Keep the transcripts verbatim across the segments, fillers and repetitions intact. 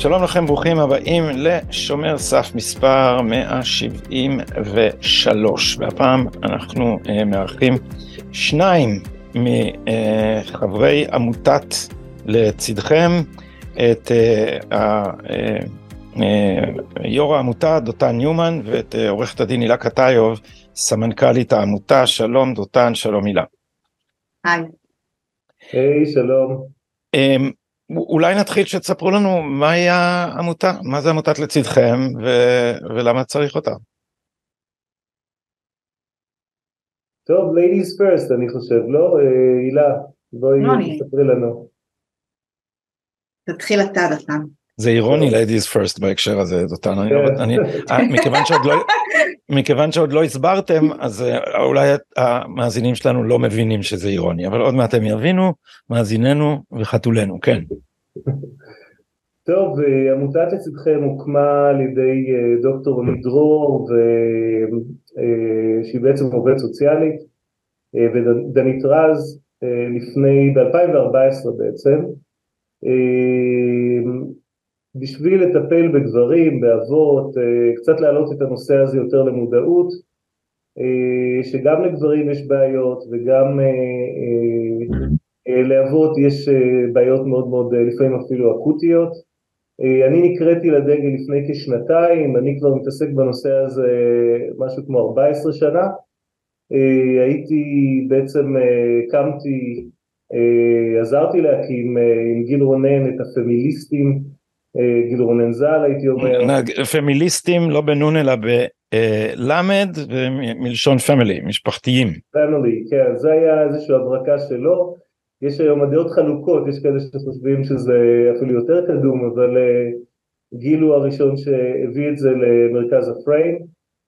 שלום לכם, ברוכים הבאים לשומר סף מספר מאה שבעים ושלוש, והפעם אנחנו uh, מארחים שניים מחברי עמותת לצדכם, את uh, uh, uh, יו"ר העמותה דותן ניומן ואת uh, עורכת הדין הילה קטאיוב, סמנכ"לית העמותה. שלום דותן, שלום הילה. היי. היי, שלום. Um, אולי נתחיל שתספרו לנו מהי העמותה, מה זה עמותת לצדכם ו- ולמה צריך אותה. טוב, ladies first אני חושב, לא? הילה, בואי תספרי לנו. תתחיל אתה דותן. זה אירוני ladies first בהקשר הזה, דותן. אני, אני, מכיוון שעוד לא, מכיוון שעוד לא הסברתם, אז אולי המאזינים שלנו לא מבינים שזה אירוני, אבל עוד מעט הם יבינו, מאזיננו וחתולנו, כן. טוב, עמותת לצדכם הוקמה על ידי דוקטור דרור, שהיא בעצם עובדת סוציאלית, ודנית רז, לפני, ב-אלפיים וארבע עשרה בעצם, בשביל לטפל בגברים, באבות, קצת להעלות את הנושא הזה יותר למודעות, שגם לגברים יש בעיות וגם לאבות יש בעיות מאוד מאוד לפעמים אפילו אקוטיות. אני נקראתי לדגל לפני כשנתיים, אני כבר מתעסק בנושא הזה משהו כמו ארבע עשרה שנה. הייתי בעצם, קמתי, עזרתי להקים עם גיל רונן את הפמיליסטים, גיל רונן ז"ל הייתי אומר. פמיליסטים לא בנון אלא בלמד ומלשון פמילי, משפחתיים. פמילי, כן, זה היה איזושהי הברקה שלו. יש היום הדעות חלוקות, יש כאלה שחושבים שזה אפילו יותר קדום, אבל גיל הוא הראשון שהביא את זה למרכז הפריים.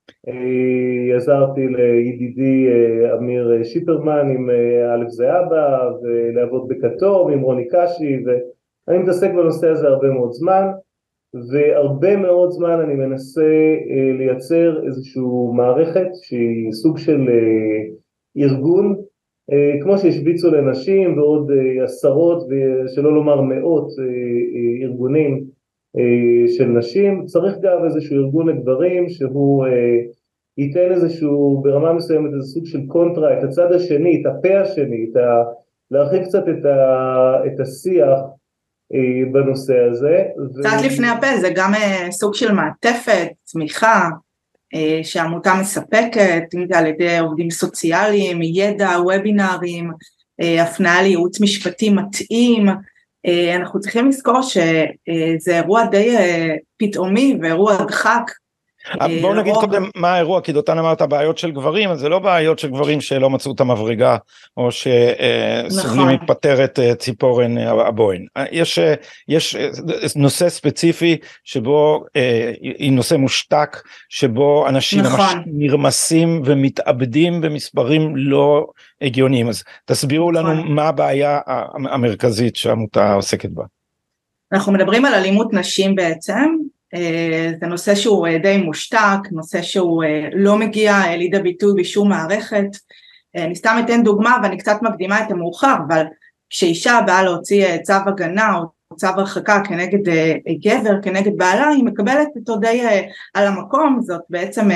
עזרתי לידידי אמיר שיפרמן עם א' זה אבא, ולעבוד בכתום עם רוני קשי, ואני מתעסק בנושא הזה הרבה מאוד זמן, והרבה מאוד זמן אני מנסה לייצר איזושהי מערכת שהיא סוג של ארגון, כמו שהשביצו לנשים ועוד עשרות ושלא לומר מאות ארגונים של נשים, צריך גם איזשהו ארגון לגברים שהוא ייתן איזשהו ברמה מסוימת איזה סוג של קונטרה, את הצד השני, את הפה השני, את ה... להרחיק קצת את, ה... את השיח בנושא הזה. קצת ו... לפני הפה זה גם סוג של מעטפת, תמיכה, שהעמותה מספקת, אם זה על ידי עובדים סוציאליים, ידע, וובינרים, הפניה לייעוץ משפטי מתאים. אנחנו צריכים לזכור שזה אירוע די פתאומי ואירוע דחק. בואו נגיד קודם מה האירוע, כי דותן אמרת בעיות של גברים, אז זה לא בעיות של גברים שלא מצאו את המברגה, או שסובלים מתפטרת ציפורן הבוהן. יש, יש נושא ספציפי שבו, היא נושא מושתק, שבו אנשים נרמסים ומתאבדים במספרים לא הגיוניים. אז תסבירו לנו מה הבעיה המרכזית שהעמותה עוסקת בה. אנחנו מדברים על אלימות נשים בעצם, זה נושא שהוא די מושתק, נושא שהוא לא מגיע לידי ביטוי בשום מערכת. אני סתם אתן דוגמה ואני קצת מקדימה את המאוחר, אבל כשאישה באה להוציא צו הגנה או צו הרחקה כנגד גבר, כנגד בעלה, היא מקבלת אותו די על המקום. זאת בעצם,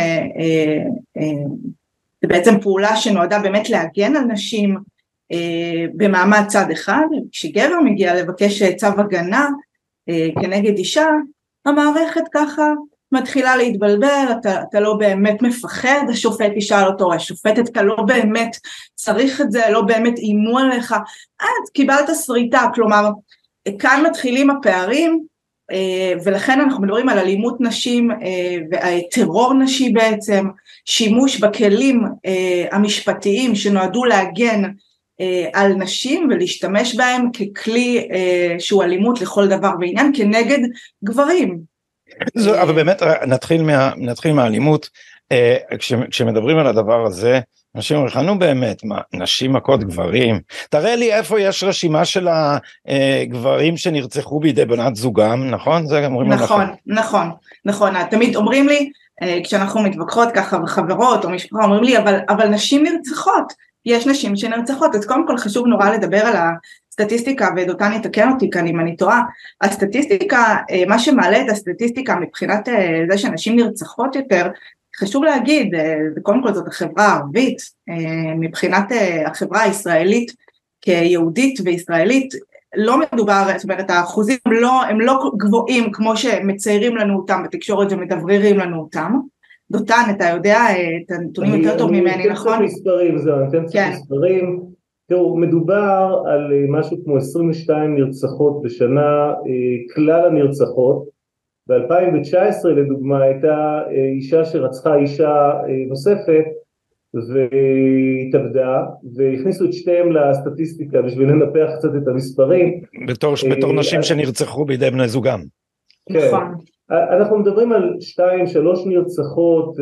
זה בעצם פעולה שנועדה באמת להגן על נשים במעמד צד אחד. כשגבר מגיע לבקש צו הגנה כנגד אישה, המערכת ככה מתחילה להתבלבל, אתה, אתה לא באמת מפחד, השופט ישאל אותו, השופטת, אתה לא באמת צריך את זה, לא באמת אימו עליך, את קיבלת סריטה, כלומר, כאן מתחילים הפערים, ולכן אנחנו מדברים על אלימות נשים, וטרור נשי בעצם, שימוש בכלים המשפטיים שנועדו להגן על נשים ולהשתמש בהם ככלי שהוא אלימות לכל דבר ועניין כנגד גברים. אבל באמת נתחיל מה, נתחיל מהאלימות. כשמדברים על הדבר הזה, אנשים אומרים, נו באמת, מה, נשים מכות גברים? תראה לי איפה יש רשימה של הגברים שנרצחו בידי בנת זוגם, נכון? זה אומרים נכון, נכון, נכון. תמיד אומרים לי, כשאנחנו מתווכחות ככה וחברות או משפחה, אומרים לי, אבל, אבל נשים נרצחות. יש נשים שנרצחות, אז קודם כל חשוב נורא לדבר על, ה, סטטיסטיקה, ודותן יתקן אותי כאן אם אני טועה, הסטטיסטיקה, מה שמעלה את הסטטיסטיקה מבחינת זה שנשים נרצחות יותר, חשוב להגיד, וקודם כל זאת החברה הערבית, מבחינת החברה הישראלית כיהודית וישראלית, לא מדובר, זאת אומרת, האחוזים הם לא, הם לא גבוהים כמו שמציירים לנו אותם בתקשורת ומדבררים לנו אותם. דותן, אתה יודע את הנתונים יותר טוב ממני, נכון? אני אתן קצת מספרים, זהו, אני אתן קצת מספרים. תראו, מדובר על משהו כמו עשרים ושתיים נרצחות בשנה, כלל הנרצחות. ב-אלפיים תשע עשרה לדוגמה הייתה אישה שרצחה אישה נוספת, והתאבדה, והכניסו את שתיהם לסטטיסטיקה בשביל לנפח קצת את המספרים. בתור, בתור נשים שנרצחו בידי בני זוגם. כן. נכון. אנחנו מדברים על שתיים, שלוש נרצחות,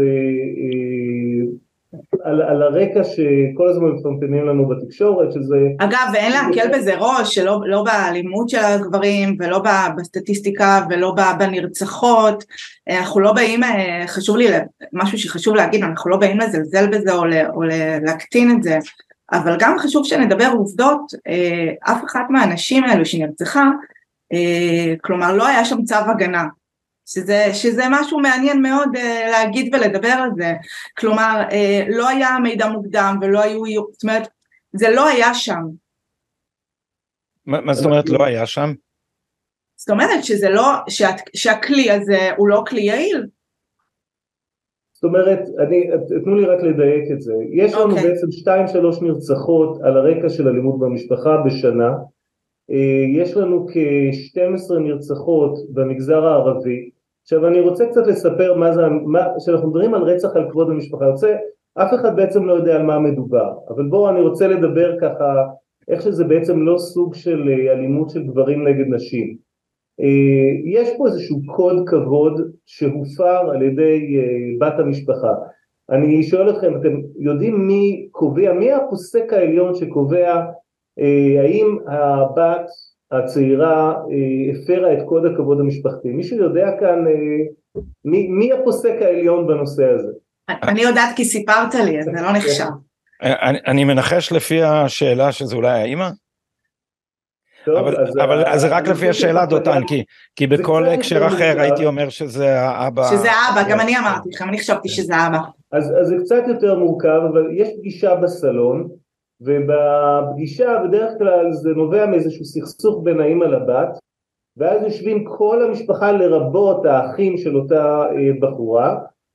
על, על הרקע שכל הזמן מפמפמים לנו בתקשורת, שזה... אגב, ואין להקל בזה ראש, שלא לא באלימות של הגברים, ולא בסטטיסטיקה, ולא בנרצחות, אנחנו לא באים, חשוב לי, משהו שחשוב להגיד, אנחנו לא באים לזלזל בזה, או, או להקטין את זה, אבל גם חשוב שנדבר עובדות, אף אחת מהאנשים האלו שנרצחה, כלומר לא היה שם צו הגנה, שזה, שזה משהו מעניין מאוד uh, להגיד ולדבר על זה, כלומר uh, לא היה מידע מוקדם ולא היו, זאת אומרת, זה לא היה שם. מה, מה זאת אומרת לא היה שם? זאת אומרת שזה לא, שה, שהכלי הזה הוא לא כלי יעיל. זאת אומרת, אני, תנו לי רק לדייק את זה, יש לנו okay. בעצם שתיים שלוש נרצחות על הרקע של אלימות במשפחה בשנה, יש לנו כ-שתים עשרה נרצחות במגזר הערבי. עכשיו אני רוצה קצת לספר מה זה, מה, שאנחנו מדברים על רצח על כבוד המשפחה, רוצה, אף אחד בעצם לא יודע על מה מדובר, אבל בואו אני רוצה לדבר ככה, איך שזה בעצם לא סוג של אלימות של גברים נגד נשים. יש פה איזשהו קוד כבוד שהופר על ידי בת המשפחה. אני שואל אתכם, אתם יודעים מי קובע, מי הפוסק העליון שקובע, האם הבת הצעירה הפרה את קוד הכבוד המשפחתי? מישהו יודע כאן מי, מי הפוסק העליון בנושא הזה? אני יודעת כי סיפרת לי, אז זה לא נחשב. אני, אני מנחש לפי השאלה שזה אולי האמא? טוב, אבל, אז אבל אז זה רק לפי השאלה דותן, כי, כי בכל הקשר אחר הייתי אומר שזה האבא. שזה האבא, גם אני אמרתי לכם, אני חשבתי שזה האבא. אז, אז זה קצת יותר מורכב, אבל יש פגישה בסלון, ובפגישה בדרך כלל זה נובע מאיזשהו סכסוך בין האמא לבת, ואז יושבים כל המשפחה לרבות האחים של אותה בחורה,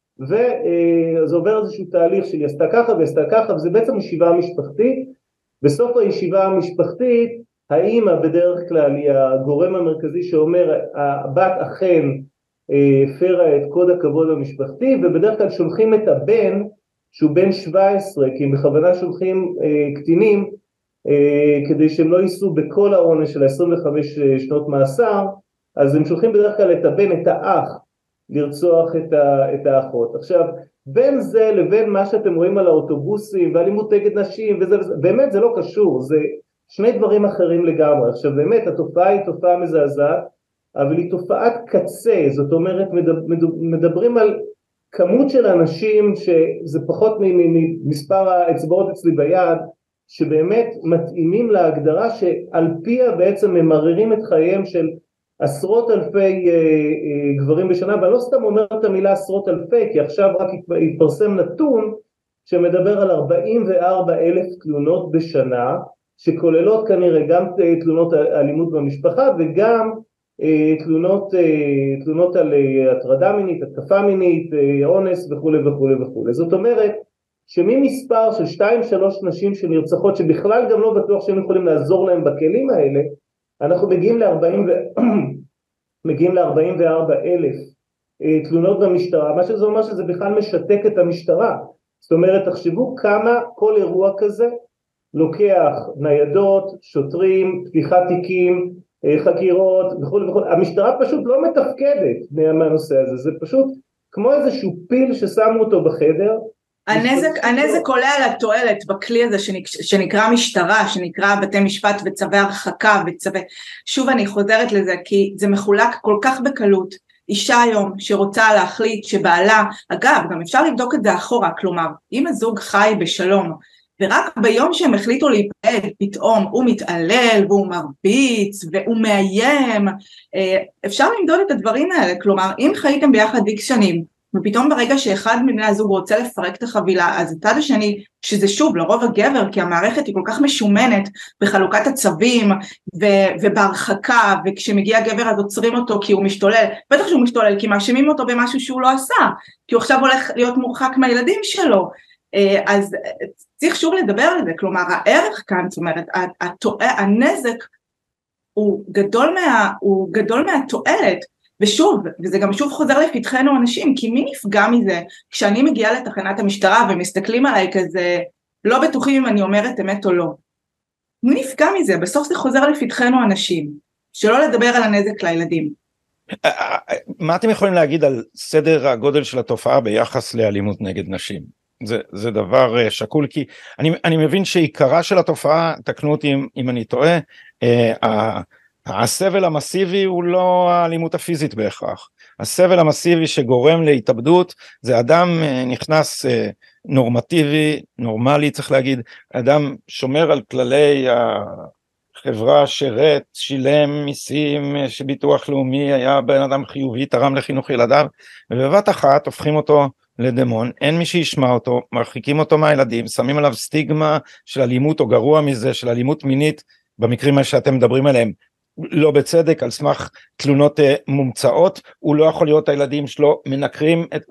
וזה עובר איזשהו תהליך שהיא עשתה ככה ועשתה ככה, וזה בעצם ישיבה משפחתית. בסוף הישיבה המשפחתית האמא בדרך כלל היא הגורם המרכזי שאומר הבת אכן הפרה את קוד הכבוד המשפחתי, ובדרך כלל שולחים את הבן שהוא בן שבע עשרה, כי הם בכוונה שולחים אה, קטינים, אה, כדי שהם לא ייסעו בכל העונש של עשרים וחמש שנות מאסר, אז הם שולחים בדרך כלל את הבן, את האח, לרצוח את, ה, את האחות. עכשיו, בין זה לבין מה שאתם רואים על האוטובוסים, ואלימות נגד נשים, וזה, וזה, באמת זה לא קשור, זה שני דברים אחרים לגמרי. עכשיו, באמת, התופעה היא תופעה מזעזעת, אבל היא תופעת קצה, זאת אומרת, מדבר, מדברים על כמות של אנשים שזה פחות ממספר האצבעות אצלי ביד, שבאמת מתאימים להגדרה שעל פיה בעצם ממררים את חייהם של עשרות אלפי אה, אה, גברים בשנה, ואני לא סתם אומר את המילה עשרות אלפי, כי עכשיו רק התפרסם נתון שמדבר על ארבעים וארבע אלף תלונות בשנה, שכוללות כנראה גם תלונות אלימות במשפחה וגם תלונות, תלונות על הטרדה מינית, התקפה מינית, אונס וכו' וכו' וכו'. זאת אומרת שממספר של שתיים שלוש נשים שנרצחות, שבכלל גם לא בטוח שהם יכולים לעזור להם בכלים האלה, אנחנו מגיעים ל-ארבעים מגיעים ל-ארבעים וארבע אלף תלונות במשטרה, מה שזה אומר שזה בכלל משתק את המשטרה. זאת אומרת, תחשבו כמה כל אירוע כזה לוקח ניידות, שוטרים, פתיחת תיקים, חקירות וכו' וכו'. המשטרה פשוט לא מתפקדת מהנושא הזה, זה פשוט כמו איזשהו פיל ששמו אותו בחדר. הנזק, הנזק עולה על התועלת בכלי הזה שנק, שנקרא משטרה, שנקרא בתי משפט וצווי הרחקה וצווי, שוב אני חוזרת לזה כי זה מחולק כל כך בקלות. אישה היום שרוצה להחליט שבעלה, אגב גם אפשר לבדוק את זה אחורה, כלומר אם הזוג חי בשלום ורק ביום שהם החליטו להיפרד, פתאום הוא מתעלל והוא מרביץ והוא מאיים, אפשר למדוד את הדברים האלה, כלומר אם חייתם ביחד איקס שנים, ופתאום ברגע שאחד מבני הזוג רוצה לפרק את החבילה, אז הצד השני, שזה שוב לרוב הגבר, כי המערכת היא כל כך משומנת בחלוקת הצווים ו- ובהרחקה, וכשמגיע גבר אז עוצרים אותו כי הוא משתולל, בטח שהוא משתולל כי מאשימים אותו במשהו שהוא לא עשה, כי הוא עכשיו הולך להיות מורחק מהילדים שלו, אז צריך שוב לדבר על זה, כלומר הערך כאן, זאת אומרת, הנזק הוא גדול, מה, הוא גדול מהתועלת, ושוב, וזה גם שוב חוזר לפתחנו אנשים, כי מי נפגע מזה כשאני מגיעה לתחנת המשטרה ומסתכלים עליי כזה, לא בטוחים אם אני אומרת אמת או לא. מי נפגע מזה? בסוף זה חוזר לפתחנו אנשים, שלא לדבר על הנזק לילדים. מה אתם יכולים להגיד על סדר הגודל של התופעה ביחס לאלימות נגד נשים? זה, זה דבר שקול, כי אני, אני מבין שעיקרה של התופעה, תקנו אותי אם, אם אני טועה, אה, הסבל המסיבי הוא לא האלימות הפיזית בהכרח, הסבל המסיבי שגורם להתאבדות, זה אדם נכנס נורמטיבי, נורמלי צריך להגיד, אדם שומר על כללי החברה, שרת, שילם מיסים, שביטוח לאומי, היה בן אדם חיובי, תרם לחינוך ילדיו, ובבת אחת הופכים אותו לדמון, אין מי שישמע אותו, מרחיקים אותו מהילדים, שמים עליו סטיגמה של אלימות, או גרוע מזה, של אלימות מינית, במקרים האלה שאתם מדברים עליהם, לא בצדק, על סמך תלונות מומצאות, הוא לא יכול להיות הילדים שלו, מנקרים, את,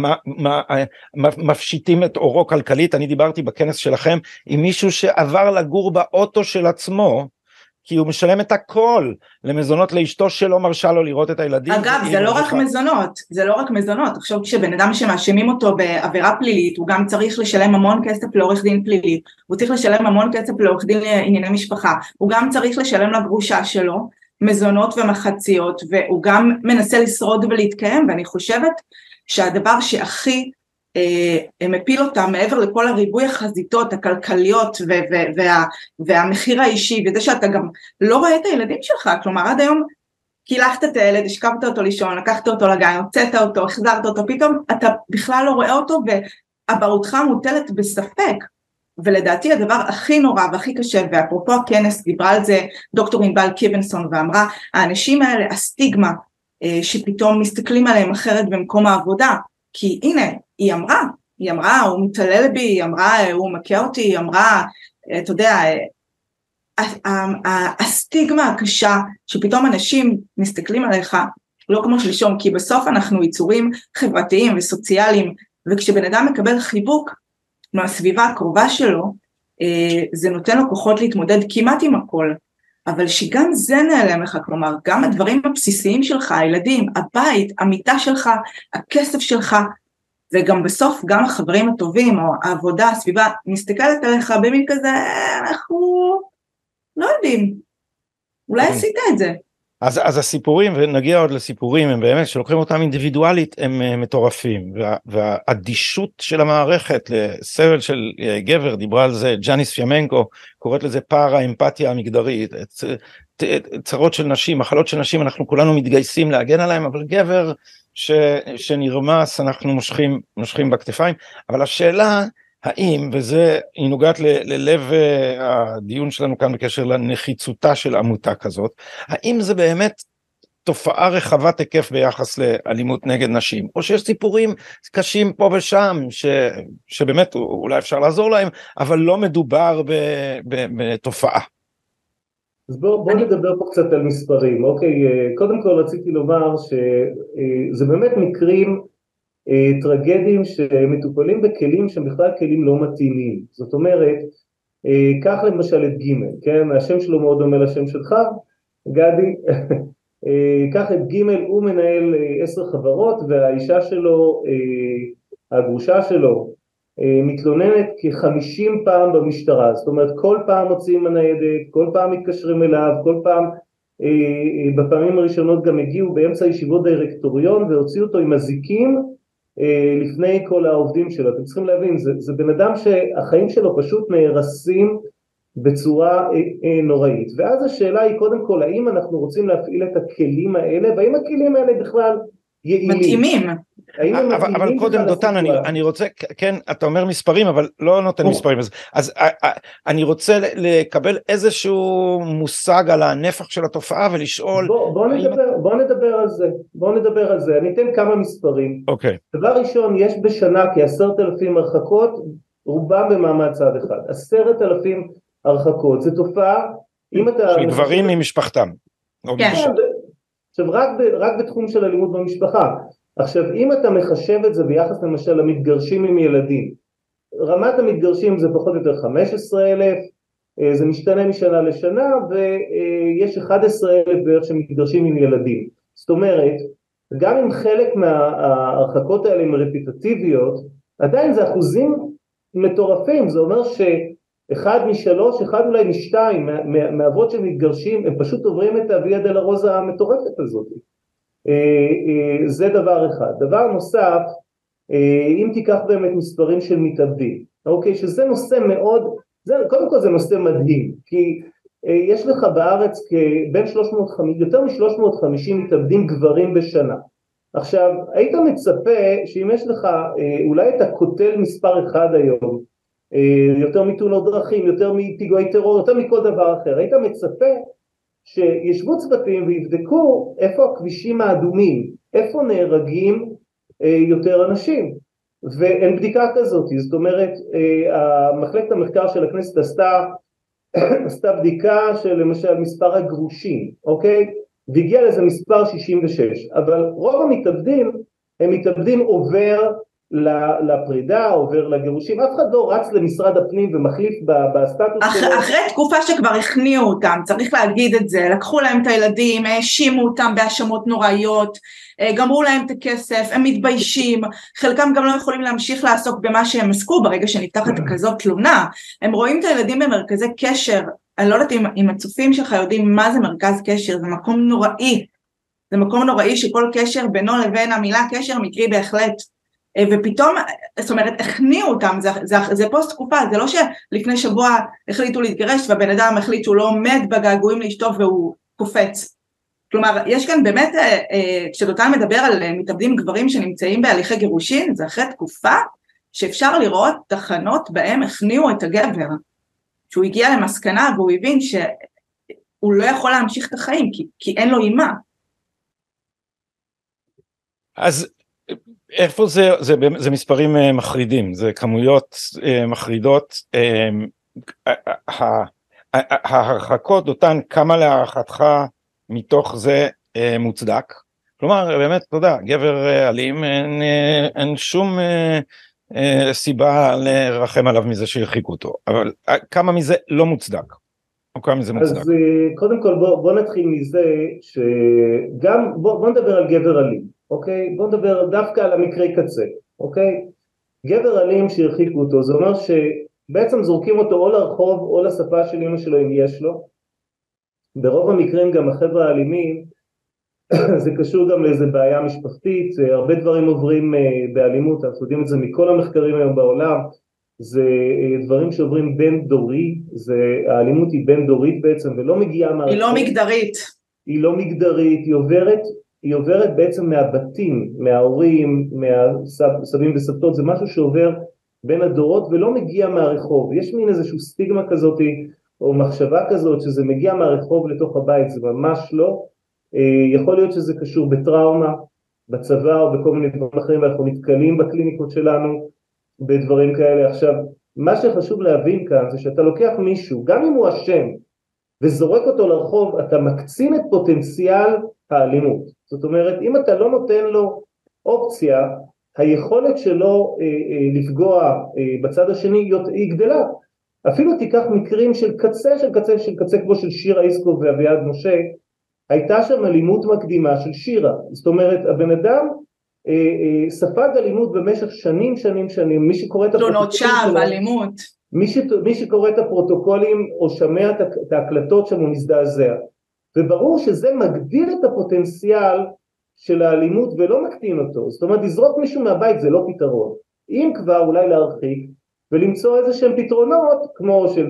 מפשיטים את אורו כלכלית. אני דיברתי בכנס שלכם עם מישהו שעבר לגור באוטו של עצמו, כי הוא משלם את הכל למזונות לאשתו שלא מרשה לו לראות את הילדים. אגב, זה לא רק מזונות, זה לא רק מזונות, עכשיו כשבן אדם שמאשימים אותו בעבירה פלילית, הוא גם צריך לשלם המון כסף לעורך דין פלילי, הוא צריך לשלם המון כסף לעורך דין לענייני משפחה, הוא גם צריך לשלם לגרושה שלו, מזונות ומחציות, והוא גם מנסה לשרוד ולהתקיים, ואני חושבת שהדבר שהכי הם הפיל אותם מעבר לכל הריבוי החזיתות הכלכליות וה, והמחיר האישי, וזה שאתה גם לא רואה את הילדים שלך, כלומר עד היום קילחת את הילד, השכבת אותו לישון, לקחת אותו לגן, הוצאת אותו, החזרת אותו, פתאום אתה בכלל לא רואה אותו, והבעותך מוטלת בספק, ולדעתי הדבר הכי נורא והכי קשה, ואפרופו הכנס דיברה על זה דוקטור ענבל קיבנסון, ואמרה, האנשים האלה, הסטיגמה, שפתאום מסתכלים עליהם אחרת במקום העבודה, כי הנה, היא אמרה, היא אמרה, הוא מתעלל בי, היא אמרה, הוא מכה אותי, היא אמרה, אתה יודע, הסטיגמה הקשה, שפתאום אנשים מסתכלים עליך, לא כמו שלשום, כי בסוף אנחנו יצורים חברתיים וסוציאליים, וכשבן אדם מקבל חיבוק מהסביבה הקרובה שלו, זה נותן לו כוחות להתמודד כמעט עם הכל, אבל שגם זה נעלם לך, כלומר, גם הדברים הבסיסיים שלך, הילדים, הבית, המיטה שלך, הכסף שלך, וגם בסוף גם החברים הטובים, או העבודה, הסביבה, מסתכלת עליך במין כזה, אנחנו לא יודעים, אולי עשית את זה. אז, אז הסיפורים, ונגיע עוד לסיפורים, הם באמת, שלוקחים אותם אינדיבידואלית, הם מטורפים, וה, והאדישות של המערכת לסבל של גבר, דיברה על זה ג'אניס פיאמנקו, קוראת לזה פער האמפתיה המגדרית, צרות של נשים, מחלות של נשים, אנחנו כולנו מתגייסים להגן עליהם, אבל גבר ש, שנרמס, אנחנו מושכים, מושכים בכתפיים, אבל השאלה, האם, וזה, היא נוגעת ל, ללב הדיון שלנו כאן בקשר לנחיצותה של עמותה כזאת, האם זה באמת תופעה רחבת היקף ביחס לאלימות נגד נשים, או שיש סיפורים קשים פה ושם, ש, שבאמת אולי אפשר לעזור להם, אבל לא מדובר ב, ב, בתופעה. אז בואו בוא נדבר פה קצת על מספרים, אוקיי, קודם כל רציתי לומר שזה באמת מקרים, טרגדים שמטופלים בכלים שהם בכלל כלים לא מתאימים, זאת אומרת, קח למשל את ג', כן, השם שלו מאוד דומה לשם שלך, גדי, קח את ג', הוא מנהל עשר חברות, והאישה שלו, הגרושה שלו, מתלוננת כ-חמישים פעם במשטרה, זאת אומרת, כל פעם מוצאים הניידת, כל פעם מתקשרים אליו, כל פעם, בפעמים הראשונות גם הגיעו באמצע ישיבות דירקטוריון, והוציאו אותו עם הזיקים, לפני כל העובדים שלו. אתם צריכים להבין, זה, זה בן אדם שהחיים שלו פשוט נהרסים בצורה נוראית, ואז השאלה היא קודם כל, האם אנחנו רוצים להפעיל את הכלים האלה, והאם הכלים האלה בכלל יעילים? מתאימים. אבל קודם דותן, אני רוצה, כן, אתה אומר מספרים, אבל לא נותן מספרים, אז אני רוצה לקבל איזשהו מושג על הנפח של התופעה ולשאול. בוא נדבר על זה, בוא נדבר על זה, אני אתן כמה מספרים. אוקיי. דבר ראשון, יש בשנה כעשרת אלפים הרחקות, רובם במעמד צד אחד, עשרת אלפים הרחקות, זה תופעה, אם אתה... של גברים ממשפחתם. כן. עכשיו, רק, ב, רק בתחום של אלימות במשפחה, עכשיו, אם אתה מחשב את זה ביחס למשל למתגרשים עם ילדים, רמת המתגרשים זה פחות או יותר חמישה עשר אלף, זה משתנה משנה לשנה, ויש אחד עשר אלף בערך שמתגרשים עם ילדים. זאת אומרת, גם אם חלק מההרחקות האלה הן רפיטטיביות, עדיין זה אחוזים מטורפים, זה אומר שאחד משלוש, אחד אולי משתיים, מהאבות שמתגרשים, הם פשוט עוברים את הוויה דולורוזה המטורפת הזאת. זה דבר אחד. דבר נוסף, אם תיקח באמת מספרים של מתאבדים, אוקיי, שזה נושא מאוד, זה, קודם כל זה נושא מדהים, כי יש לך בארץ בין שלוש מאות וחמישים, יותר מ-שלוש מאות וחמישים מתאבדים גברים בשנה. עכשיו, היית מצפה שאם יש לך אולי את הקוטל מספר אחד היום, יותר מתאונות דרכים, יותר מפיגועי טרור, יותר מכל דבר אחר, היית מצפה שישבו צוותים ויבדקו איפה הכבישים האדומים, איפה נהרגים יותר אנשים, ואין בדיקה כזאת. זאת אומרת, מחלקת המחקר של הכנסת עשתה, עשתה בדיקה של למשל מספר הגרושים, אוקיי? והגיע לזה מספר שישים ושש, אבל רוב המתאבדים הם מתאבדים עובר לפרידה, עובר לגירושים, אף אחד לא רץ למשרד הפנים ומחליף בסטטוס אח, שלו. אחרי תקופה שכבר הכניעו אותם, צריך להגיד את זה, לקחו להם את הילדים, האשימו אותם בהאשמות נוראיות, גמרו להם את הכסף, הם מתביישים, חלקם גם לא יכולים להמשיך לעסוק במה שהם עסקו ברגע שנפתחת כזאת תלונה, הם רואים את הילדים במרכזי קשר, אני לא יודעת אם, אם הצופים שלך יודעים מה זה מרכז קשר, זה מקום נוראי, זה מקום נוראי שכל קשר בינו לבין המילה קשר מקרי בהחלט, ופתאום, זאת אומרת, הכניעו אותם, זה, זה, זה פוסט תקופה, זה לא שלפני שבוע החליטו להתגרש, והבן אדם החליט שהוא לא עומד בגעגועים לאשתו והוא קופץ. כלומר, יש כאן באמת, כשדותן מדבר על מתאבדים גברים שנמצאים בהליכי גירושין, זה אחרי תקופה שאפשר לראות תחנות בהם הכניעו את הגבר, שהוא הגיע למסקנה והוא הבין שהוא לא יכול להמשיך את החיים, כי, כי אין לו אימה. אז איפה זה, זה, זה מספרים מחרידים, זה כמויות מחרידות, ההרחקות, דותן, כמה להערכתך מתוך זה מוצדק? כלומר, באמת, תודה, גבר אלים, אין, אין שום סיבה לרחם עליו מזה שהרחיקו אותו, אבל כמה מזה לא מוצדק? או כמה מזה מוצדק? אז קודם כל בוא, בוא נתחיל מזה שגם, בוא, בוא נדבר על גבר אלים. אוקיי? בוא נדבר דווקא על המקרי קצה, אוקיי? גבר אלים שהרחיקו אותו, זה אומר שבעצם זורקים אותו או לרחוב או לשפה של אמא שלו אם יש לו. ברוב המקרים גם החבר'ה האלימים, זה קשור גם לאיזה בעיה משפחתית, הרבה דברים עוברים באלימות, אנחנו יודעים את זה מכל המחקרים היום בעולם, זה דברים שעוברים בין דורי, זה, האלימות היא בין דורית בעצם ולא מגיעה מהרחוב. היא לא מגדרית. היא לא מגדרית, היא עוברת... היא עוברת בעצם מהבתים, מההורים, מהסבים וסבתות, זה משהו שעובר בין הדורות ולא מגיע מהרחוב. יש מין איזושהי סטיגמה כזאת או מחשבה כזאת שזה מגיע מהרחוב לתוך הבית, זה ממש לא. יכול להיות שזה קשור בטראומה, בצבא או בכל מיני דברים אחרים, ואנחנו נתקלים בקליניקות שלנו בדברים כאלה. עכשיו, מה שחשוב להבין כאן זה שאתה לוקח מישהו, גם אם הוא אשם, וזורק אותו לרחוב, אתה מקצין את פוטנציאל האלימות. זאת אומרת, אם אתה לא נותן לו אופציה, היכולת שלו אה, אה, לפגוע אה, בצד השני היא גדלה. אפילו תיקח מקרים של קצה של קצה של קצה, כמו של שירה איסקוב ואביעד משה, הייתה שם אלימות מקדימה של שירה. זאת אומרת, הבן אדם אה, אה, ספג אלימות במשך שנים שנים שנים, מי שקורא את תלונות שווא, אלימות. מי, ש, מי שקורא את הפרוטוקולים או שמע את ההקלטות שם הוא מזדעזע. וברור שזה מגדיל את הפוטנציאל של האלימות ולא מקטין אותו. זאת אומרת, לזרוק מישהו מהבית זה לא פתרון. אם כבר אולי להרחיק ולמצוא איזה שהם פתרונות, כמו של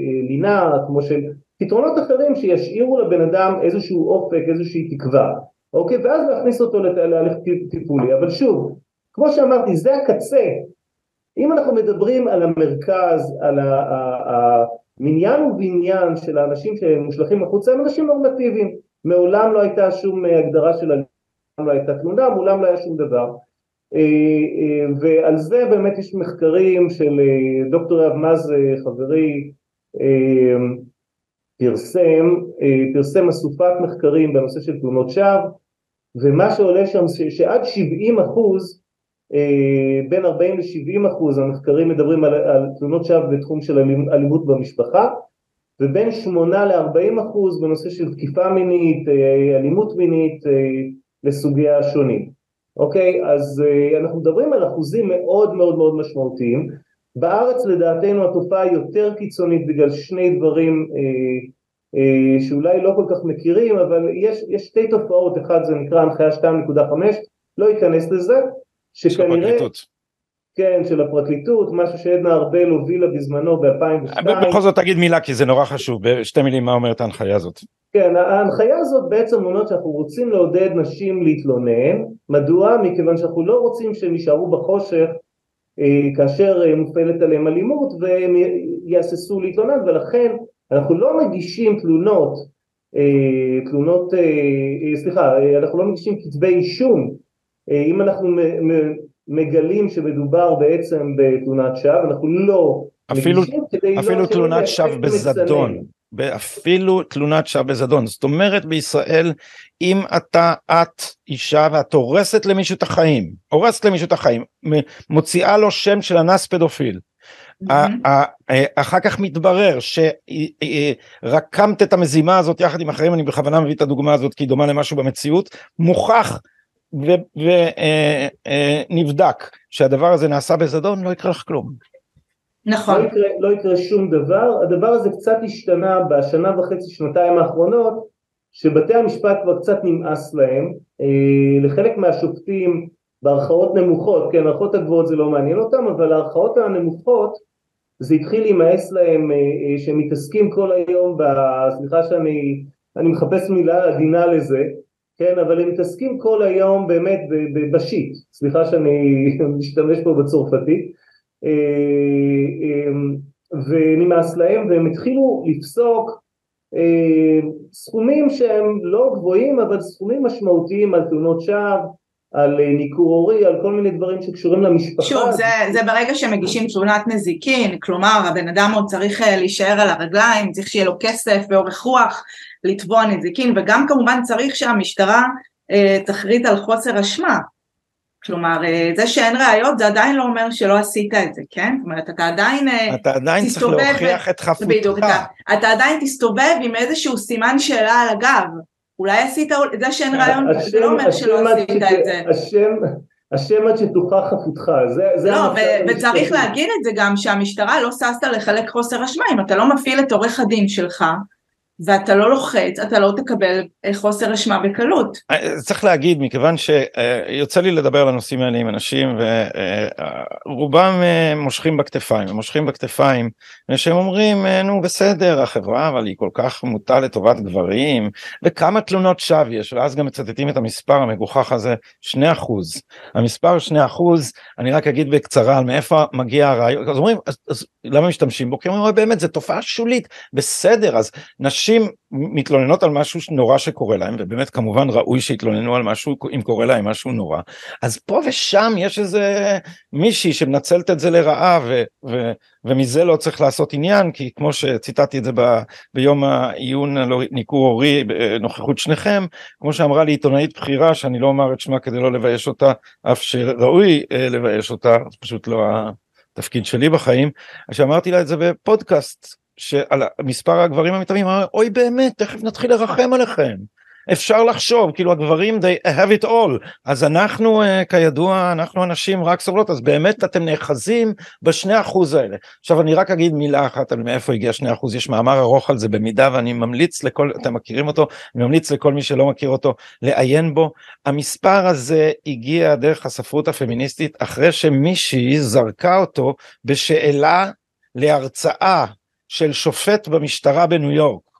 לינה, כמו של פתרונות אחרים שישאירו לבן אדם איזשהו אופק, איזושהי תקווה. אוקיי, ואז להכניס אותו להליך טיפולי. אבל שוב, כמו שאמרתי, זה הקצה. אם אנחנו מדברים על המרכז, על המניין ובניין של האנשים שמושלכים החוצה, הם אנשים נורמטיביים. מעולם לא הייתה שום הגדרה של אלימות, לא הייתה תלונה, מעולם לא היה שום דבר. ועל זה באמת יש מחקרים של דוקטור יואב מז, חברי, פרסם, פרסם אסופת מחקרים בנושא של תלונות שווא, ומה שעולה שם שעד שבעים אחוז, בין ארבעים ל-שבעים אחוז המחקרים מדברים על, על תלונות שווא בתחום של אלימות במשפחה, ובין שמונה ל-ארבעים אחוז בנושא של תקיפה מינית, אלימות מינית לסוגיה השונים. אוקיי, אז אנחנו מדברים על אחוזים מאוד מאוד מאוד משמעותיים. בארץ לדעתנו התופעה יותר קיצונית בגלל שני דברים אה, אה, שאולי לא כל כך מכירים, אבל יש, יש שתי תופעות, אחד זה נקרא הנחיה שתיים נקודה חמש, לא ייכנס לזה, שכנראה, כן, של הפרקליטות, משהו שעדנה ארבל הובילה בזמנו ב-אלפיים ושתיים. בכל זאת תגיד מילה, כי זה נורא חשוב, בשתי מילים מה אומרת ההנחיה הזאת. כן, ההנחיה הזאת בעצם אומרת שאנחנו רוצים לעודד נשים להתלונן. מדוע? מכיוון שאנחנו לא רוצים שהם יישארו בחושך כאשר מופעלת עליהם אלימות והם יאססו להתלונן, ולכן אנחנו לא מגישים תלונות, תלונות, סליחה, אנחנו לא מגישים כתבי אישום, אם אנחנו מגלים שמדובר בעצם בתלונת שווא, אנחנו לא אפילו, מגישים כדי אפילו לא... תלונת שווא בזדון. אפילו תלונת שווא בזדון, זאת אומרת בישראל, אם אתה, את אישה ואת הורסת למישהו את החיים, הורסת למישהו את החיים, מוציאה לו שם של אנס פדופיל, אחר כך מתברר שרקמת את המזימה הזאת יחד עם אחרים, אני בכוונה מביא את הדוגמה הזאת כי היא דומה למשהו במציאות, מוכח ונבדק שהדבר הזה נעשה בזדון, לא יקרה לך כלום. נכון. לא יקרה, לא יקרה שום דבר. הדבר הזה קצת השתנה בשנה וחצי, שנתיים האחרונות, שבתי המשפט כבר קצת נמאס להם. אה, לחלק מהשופטים בערכאות נמוכות, כן, הערכאות הגבוהות זה לא מעניין אותם, אבל הערכאות הנמוכות, זה התחיל להימאס להם, אה, אה, שהם מתעסקים כל היום, סליחה שאני אני מחפש מילה עדינה לזה, כן, אבל הם מתעסקים כל היום באמת בשיט, סליחה שאני משתמש פה בצרפתית, ונמאס להם, והם התחילו לפסוק סכומים שהם לא גבוהים, אבל סכומים משמעותיים על תלונות שווא, על ניכור הורי, על כל מיני דברים שקשורים למשפחה. שוב, זה, זה ברגע שמגישים תלונת נזיקין, כלומר, הבן אדם עוד צריך להישאר על הרגליים, צריך שיהיה לו כסף ואורך רוח לתבוע נזיקין, וגם כמובן צריך שהמשטרה אה, תחריט על חוסר אשמה. כלומר, זה שאין ראיות, זה עדיין לא אומר שלא עשית את זה, כן? זאת אומרת, אתה עדיין אתה עדיין צריך להוכיח את חפותך. בדיוק, אתה, אתה עדיין תסתובב עם איזשהו סימן שאלה על הגב. אולי עשית, זה שאין ראיון, זה לא אומר שלא עשית את זה. השם, השם עד שתוכח חפותך, זה, זה לא, ו- וצריך להגיד את זה גם, שהמשטרה לא ססת לחלק חוסר אשמה, אם אתה לא מפעיל את עורך הדין שלך, ואתה לא לוחץ, אתה לא תקבל חוסר אשמה בקלות. צריך להגיד, מכיוון שיוצא לי לדבר על הנושאים האלה עם אנשים, ורובם מושכים בכתפיים, הם מושכים בכתפיים, ושהם אומרים, נו בסדר, החברה, אבל היא כל כך מוטה לטובת גברים, וכמה תלונות שווא יש, ואז גם מצטטים את המספר המגוחך הזה, שני אחוז. המספר שני אחוז, אני רק אגיד בקצרה על מאיפה מגיע הרעיון, אז אומרים, אז, אז למה משתמשים בו? כי אומרים, באמת, זה תופעה שולית, בסדר, אז נשים מתלוננות על משהו נורא שקורה להם, ובאמת כמובן ראוי שהתלוננו על משהו, אם קורה להם משהו נורא, אז פה ושם יש איזה מישהי שמנצלת את זה לרעה, ו, ו, ומזה לא צריך לעשות עניין, כי כמו שציטטתי את זה ב, ביום העיון על ניכור הורי, בנוכחות שניכם, כמו שאמרה לי עיתונאית בחירה, שאני לא אומר את שמה כדי לא לבייש אותה, אף שראוי לבייש אותה, זה פשוט לא התפקיד שלי בחיים, שאמרתי לה את זה בפודקאסט, שעל מספר הגברים המתאמים, אוי באמת, תכף נתחיל לרחם עליכם, אפשר לחשוב, כאילו הגברים, they have it all, אז אנחנו, כידוע, אנחנו אנשים רק סובלות, אז באמת אתם נאחזים בשני אחוז האלה. עכשיו אני רק אגיד מילה אחת על מאיפה הגיע שני אחוז, יש מאמר ארוך על זה במידה, ואני ממליץ לכל, אתם מכירים אותו, אני ממליץ לכל מי שלא מכיר אותו, לעיין בו. המספר הזה הגיע דרך הספרות הפמיניסטית, אחרי שמישהי זרקה אותו בשאלה להרצאה, של שופט במשטרה בניו יורק,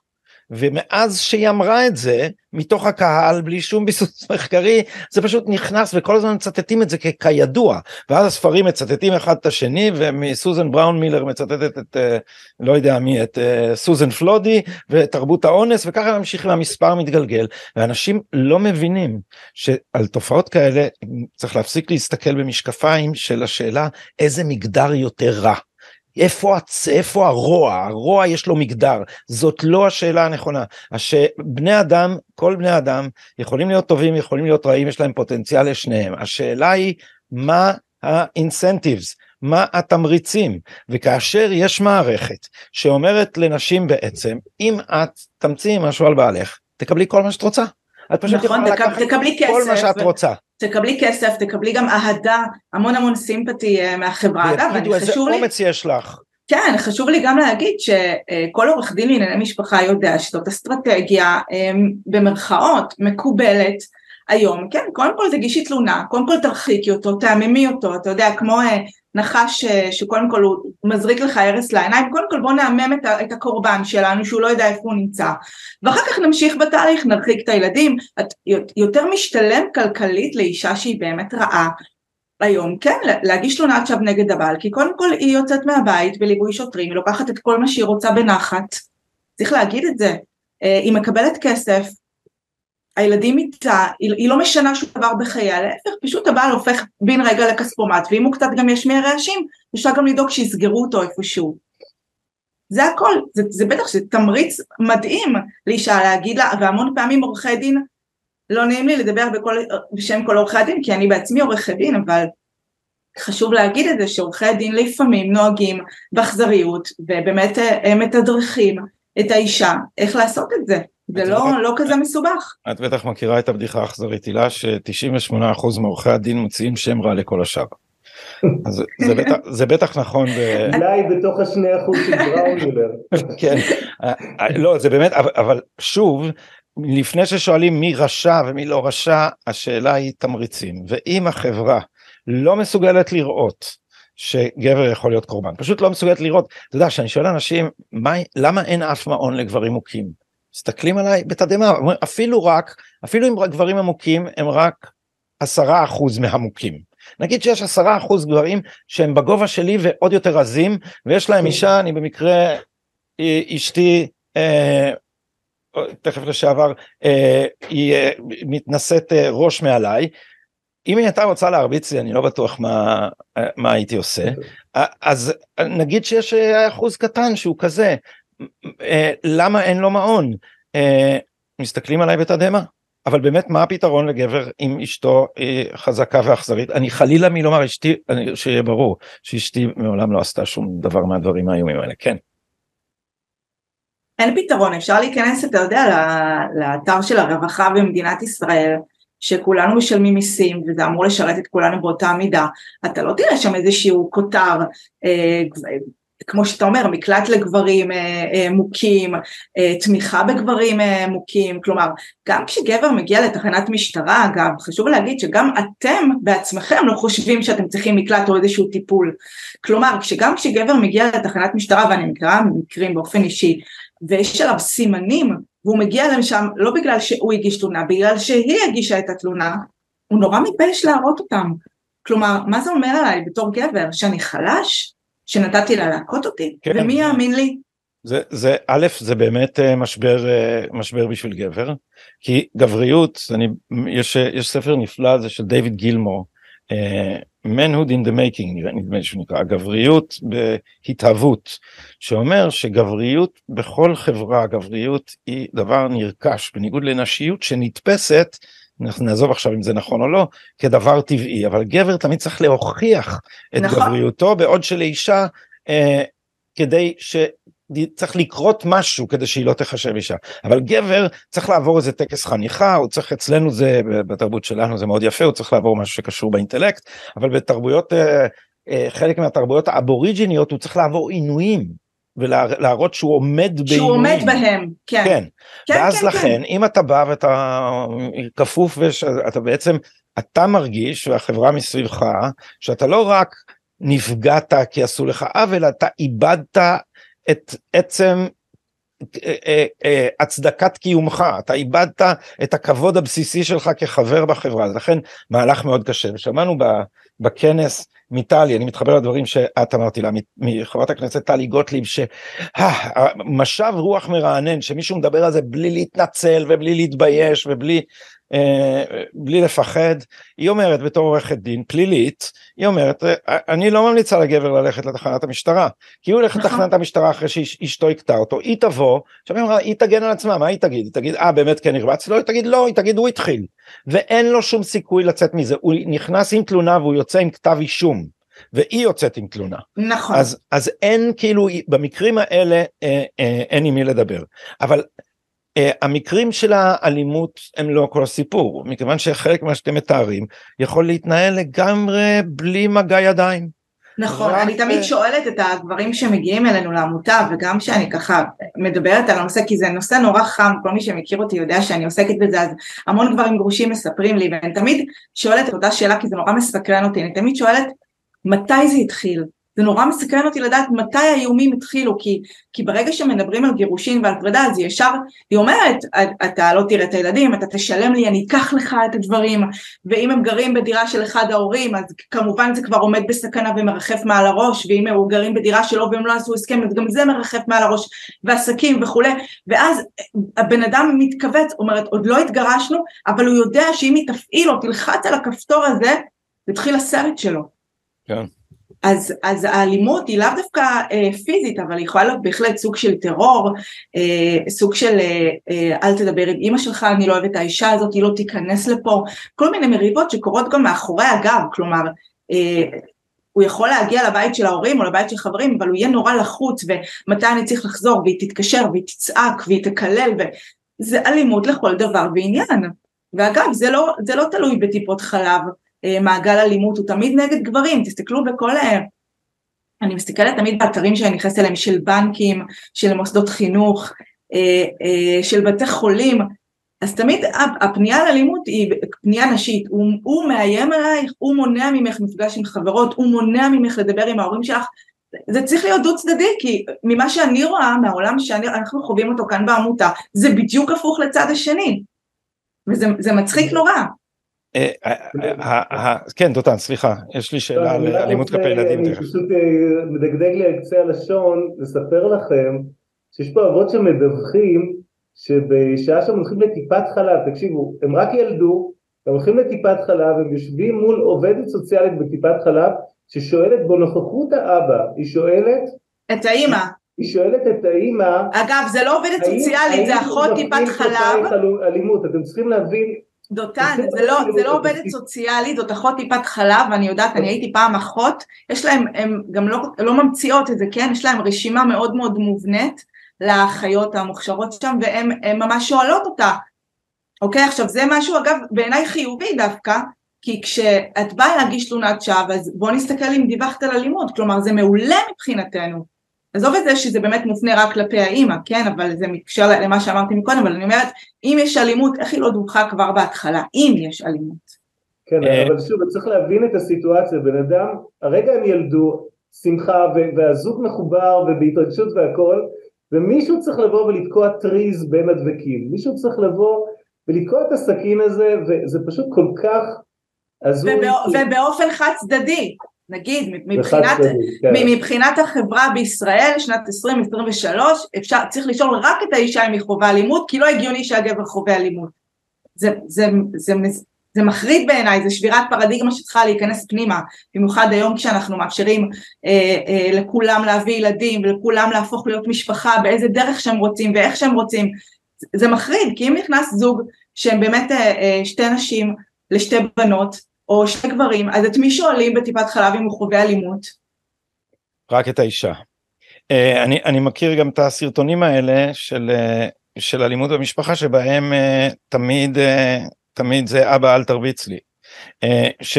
ומאז שהיא אמרה את זה, מתוך הקהל, בלי שום ביסוס מחקרי, זה פשוט נכנס, וכל הזמן מצטטים את זה כידוע, ואז הספרים מצטטים אחד את השני, ומסוזן בראון מילר מצטטת את, לא יודע מי, את סוזן פלודי, ותרבות האונס, וככה ממשיך והמספר מתגלגל, ואנשים לא מבינים, שעל תופעות כאלה, צריך להפסיק להסתכל במשקפיים, של השאלה, איזה מגדר יותר רע, איפה, איפה הרוע, הרוע יש לו מגדר, זאת לא השאלה הנכונה, בני אדם, כל בני אדם, יכולים להיות טובים, יכולים להיות רעים, יש להם פוטנציאל לשניהם, השאלה היא, מה האינסנטיבס, מה התמריצים, וכאשר יש מערכת, שאומרת לנשים בעצם, אם את תמציאי משהו על בעלך, תקבלי כל מה שאת רוצה, את פשוט נכון, יכולה לקחת כל מה שאת רוצה, תקבלי כסף, תקבלי גם אהדה, המון המון סימפתי מהחברה, אגב, ויגידו איזה אומץ יש לך. כן, חשוב לי גם להגיד שכל עורך דין לענייני משפחה יודע שזאת אסטרטגיה במרכאות מקובלת היום, כן, קודם כל תגישי תלונה, קודם כל תרחיקי אותו, תעממי אותו, אתה יודע, כמו נחש שקודם כל הוא מזריק לך הרס לעיניים, קודם כל בוא נעמם את, את הקורבן שלנו שהוא לא יודע איפה הוא נמצא, ואחר כך נמשיך בתהליך, נרחיק את הילדים, את, יותר משתלם כלכלית לאישה שהיא באמת רעה, היום כן, להגיש תלונה עכשיו נגד הבעל, כי קודם כל היא יוצאת מהבית בליווי שוטרים, היא לוקחת את כל מה שהיא רוצה בנחת, צריך להגיד את זה, היא מקבלת כסף, הילדים איתה, היא, היא לא משנה שום דבר בחייה, להפך, פשוט הבעל הופך בין רגע לכספומט, ואם הוא קצת גם ישמיע רעשים, אפשר גם לדאוג שיסגרו אותו איפשהו. זה הכל, זה, זה בטח שזה תמריץ מדהים לאישה להגיד לה, והמון פעמים עורכי דין, לא נעים לי לדבר בכל, בשם כל עורכי הדין, כי אני בעצמי עורכי דין, אבל חשוב להגיד את זה, שעורכי דין לפעמים נוהגים באכזריות, ובאמת הם מתדרכים את האישה, איך לעשות את זה. זה לא, לא כזה מסובך. את בטח מכירה את הבדיחה האכזרית, הילה, ש-תשעים ושמונה אחוז מעורכי הדין מוציאים שם רע לכל השאר. אז זה בטח, זה בטח נכון. אולי בתוך השני אחוז של בראון מילר. כן, לא, זה באמת, אבל שוב, לפני ששואלים מי רשע ומי לא רשע, השאלה היא תמריצים, ואם החברה לא מסוגלת לראות, שגבר יכול להיות קורבן, פשוט לא מסוגלת לראות, אתה יודע, שאני שואל אנשים, מה, למה אין אף מעון לגברים מוכים? מסתכלים עליי בתדהמה, אפילו רק, אפילו אם גברים עמוקים, הם רק עשרה אחוז מהמוכים. נגיד שיש עשרה אחוז גברים שהם בגובה שלי ועוד יותר רזים, ויש להם אישה, אני במקרה, אשתי, אה, תכף לשעבר, אה, היא אה, מתנשאת אה, ראש מעליי, אם היא הייתה רוצה להרביץ לי, אני לא בטוח מה, מה הייתי עושה, אז נגיד שיש אחוז קטן שהוא כזה, למה אין לו מעון? מסתכלים עליי בתדהמה, אבל באמת מה הפתרון לגבר אם אשתו חזקה ואכזרית? אני חלילה מי לומר אשתי, שיהיה ברור שאשתי מעולם לא עשתה שום דבר מהדברים האיומים האלה, כן. אין פתרון, אפשר להיכנס, אתה יודע, לאתר של הרווחה במדינת ישראל, שכולנו משלמים מיסים, וזה אמור לשרת את כולנו באותה מידה, אתה לא תראה שם איזשהו כותר, אה, כמו שאתה אומר, מקלט לגברים אה, אה, מוכים, אה, תמיכה בגברים אה, מוכים, כלומר, גם כשגבר מגיע לתחנת משטרה, אגב, חשוב להגיד שגם אתם בעצמכם לא חושבים שאתם צריכים מקלט או איזשהו טיפול, כלומר, כשגם כשגבר מגיע לתחנת משטרה, ואני מכירה מקרים באופן אישי, ויש עליו סימנים, והוא מגיע להם שם לא בגלל שהוא הגיש תלונה, בגלל שהיא הגישה את התלונה, הוא נורא מתבייש להראות אותם. כלומר, מה זה אומר עליי בתור גבר? שאני חלש? שנתתי לה להכות אותי? כן. ומי יאמין לי? זה, זה, א', זה באמת משבר, משבר בשביל גבר, כי גבריות, אני, יש, יש ספר נפלא, זה של דיוויד גילמור, manhood in the making, נדמה לי שנקרא, הגבריות בהתהוות, שאומר שגבריות בכל חברה, גבריות היא דבר נרכש, בניגוד לנשיות שנתפסת, אנחנו נעזוב עכשיו אם זה נכון או לא, כדבר טבעי, אבל גבר תמיד צריך להוכיח את נכון. גבריותו, בעוד שלאישה, אה, כדי ש... צריך לקרות משהו כדי שהיא לא תחשב אישה, אבל גבר צריך לעבור איזה טקס חניכה, הוא צריך, אצלנו זה, בתרבות שלנו זה מאוד יפה, הוא צריך לעבור משהו שקשור באינטלקט, אבל בתרבויות, חלק מהתרבויות האבוריג'יניות, הוא צריך לעבור עינויים, ולהראות שהוא עומד בעינויים. שהוא עומד בהם, כן. כן, כן ואז כן, לכן, כן. אם אתה בא ואתה כפוף, ואתה בעצם, אתה מרגיש, והחברה מסביבך, שאתה לא רק נפגעת כי עשו לך עוול, אתה איבדת את עצם הצדקת קיומך, אתה איבדת את הכבוד הבסיסי שלך כחבר בחברה, לכן מהלך מאוד קשה, ושמענו בכנס מטלי, אני מתחבר לדברים שאת אמרתי לה, מחברת הכנסת טלי גוטליב, שמשב רוח מרענן, שמישהו מדבר על זה בלי להתנצל, ובלי להתבייש, ובלי בלי לפחד, היא אומרת בתור עורכת דין פלילית, היא אומרת, אני לא ממליצה לגבר ללכת לתחנת המשטרה, כי הוא הולך לתחנת המשטרה אחרי שאשתו יקטע אותו, היא תבוא, עכשיו היא אמרה, היא תגן על עצמה, מה היא תגיד? היא תגיד, אה באמת כן הרבץ לו, היא תגיד לא, היא תגיד הוא התחיל, ואין לו שום סיכוי לצאת מזה, הוא נכנס עם תלונה והוא יוצא עם כתב אישום, והיא יוצאת עם תלונה. נכון. אז, אז אין כאילו, במקרים האלה אה, אה, אין עם מי לדבר, אבל Uh, המקרים של האלימות הם לא כל הסיפור, מכיוון שחלק מה שאתם מתארים יכול להתנהל לגמרי בלי מגע ידיים. נכון, רק... אני תמיד שואלת את הגברים שמגיעים אלינו לעמותה, וגם שאני ככה מדברת על הנושא, כי זה נושא נורא חם, כל מי שמכיר אותי יודע שאני עוסקת בזה, אז המון גברים גרושים מספרים לי, ואני תמיד שואלת את אותה שאלה, כי זה נורא מסקרן אותי, אני תמיד שואלת, מתי זה התחיל? זה נורא מסקרן אותי לדעת מתי האיומים התחילו, כי, כי ברגע שמדברים על גירושים ועל פרידה, אז היא ישר, היא אומרת, אתה לא תראה את הילדים, אתה תשלם לי, אני אקח לך את הדברים, ואם הם גרים בדירה של אחד ההורים, אז כמובן זה כבר עומד בסכנה ומרחף מעל הראש, ואם הם גרים בדירה שלו והם לא עשו הסכם, אז גם זה מרחף מעל הראש, ועסקים וכו', ואז הבן אדם מתכווץ, אומרת, עוד לא התגרשנו, אבל הוא יודע שאם היא תפעיל או תלחץ על הכפתור הזה, תתחיל הסרט שלו. כן. אז, אז האלימות היא לאו דווקא אה, פיזית, אבל היא יכולה להיות בהחלט סוג של טרור, אה, סוג של אה, אה, אל תדבר עם אמא שלך, אני לא אוהבת את האישה הזאת, היא לא תיכנס לפה, כל מיני מריבות שקורות גם מאחורי הגב, כלומר, אה, הוא יכול להגיע לבית של ההורים או לבית של חברים, אבל הוא יהיה נורא לחוץ, ומתי אני צריך לחזור, והיא תתקשר, והיא תצעק, והיא תקלל, וזה אלימות לכל דבר ועניין. ואגב, זה לא, זה לא תלוי בטיפות חלב, מעגל אלימות הוא תמיד נגד גברים, תסתכלו בכל, אני מסתכלת תמיד באתרים שאני נכנסת אליהם, של בנקים, של מוסדות חינוך, של בתי חולים, אז תמיד הפנייה על אלימות היא פנייה נשית, הוא, הוא מאיים עלייך, הוא מונע ממך מפגש עם חברות, הוא מונע ממך לדבר עם ההורים שלך, זה צריך להיות דו צדדי, כי ממה שאני רואה, מהעולם שאנחנו חווים אותו כאן בעמותה, זה בדיוק הפוך לצד השני, וזה מצחיק נורא. כן, דותן, סליחה, יש לי שאלה על אלימות כלפי ילדים. אני פשוט מדגדג לי על קצה הלשון, לספר לכם שיש פה אבות שמדווחים שבשעה שהם הולכים לטיפת חלב, תקשיבו, הם רק ילדו, הם הולכים לטיפת חלב, הם יושבים מול עובדת סוציאלית בטיפת חלב, ששואלת בנוכחות האבא, היא שואלת את האמא, היא שואלת את האמא, אגב זה לא עובדת סוציאלית, זה אחות טיפת חלב, אלימות, אתם צריכים להבין, דותן, זה לא, זה לא עובדת סוציאלית, זאת אחות טיפת חלב, ואני יודעת, אני הייתי פעם אחות, יש להם, הם גם לא, לא ממציאות את זה, כן? יש להם רשימה מאוד מאוד מובנית לאחיות המוכשרות שם, והם ממש שואלות אותה. אוקיי, עכשיו זה משהו, אגב, בעיניי חיובי דווקא, כי כשאת באה להגיש תלונת שווא, אז בוא נסתכל אם דיווחת על אלימות, כלומר זה מעולה מבחינתנו. עזוב את זה שזה באמת מופנה רק כלפי האמא, כן, אבל זה מתקשר למה שאמרתי מקודם, אבל אני אומרת, אם יש אלימות, איך היא לא דווחה כבר בהתחלה, אם יש אלימות. כן, אבל שוב, צריך להבין את הסיטואציה, בן אדם, הרגע הם ילדו, שמחה, והזוג מחובר, ובהתרגשות והכל, ומישהו צריך לבוא ולתקוע טריז בין הדבקים, מישהו צריך לבוא ולתקוע את הסכין הזה, וזה פשוט כל כך הזוי. ובאופן חד צדדי. נגיד, מבחינת, מבחינת החברה בישראל, שנת עשרים עשרים ושלוש, אפשר, צריך לשאול רק את האישה אם היא חווה אלימות, כי לא הגיוני שהגבר חווה אלימות. זה, זה, זה, זה מחריד בעיניי, זה שבירת פרדיגמה שצריכה להיכנס פנימה, במיוחד היום כשאנחנו מאפשרים אה, אה, לכולם להביא ילדים, ולכולם להפוך להיות משפחה, באיזה דרך שהם רוצים ואיך שהם רוצים, זה, זה מחריד, כי אם נכנס זוג שהם באמת אה, אה, שתי נשים לשתי בנות, או שני גברים, אז את מי שואלים בטיפת חלב אם הוא חווה אלימות? רק את האישה. אני, אני מכיר גם את הסרטונים האלה של, של אלימות במשפחה, שבהם תמיד, תמיד זה אבא אל תרביץ לי. ש,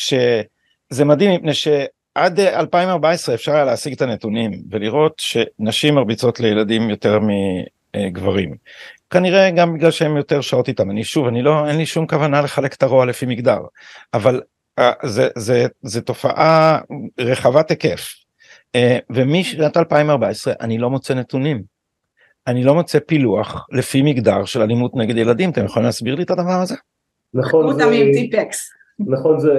שזה מדהים, מפני שעד אלפיים וארבע עשרה אפשר היה להשיג את הנתונים, ולראות שנשים מרביצות לילדים יותר מגברים. כנראה גם בגלל שהם יותר שעות איתם, אני שוב, אני לא, אין לי שום כוונה לחלק את הרוע לפי מגדר, אבל uh, זה, זה, זה תופעה רחבת היקף, uh, ומשנת אלפיים וארבע עשרה אני לא מוצא נתונים, אני לא מוצא פילוח לפי מגדר של אלימות נגד ילדים, אתם יכולים להסביר לי את הדבר הזה? נכון, זה... נכון, זה...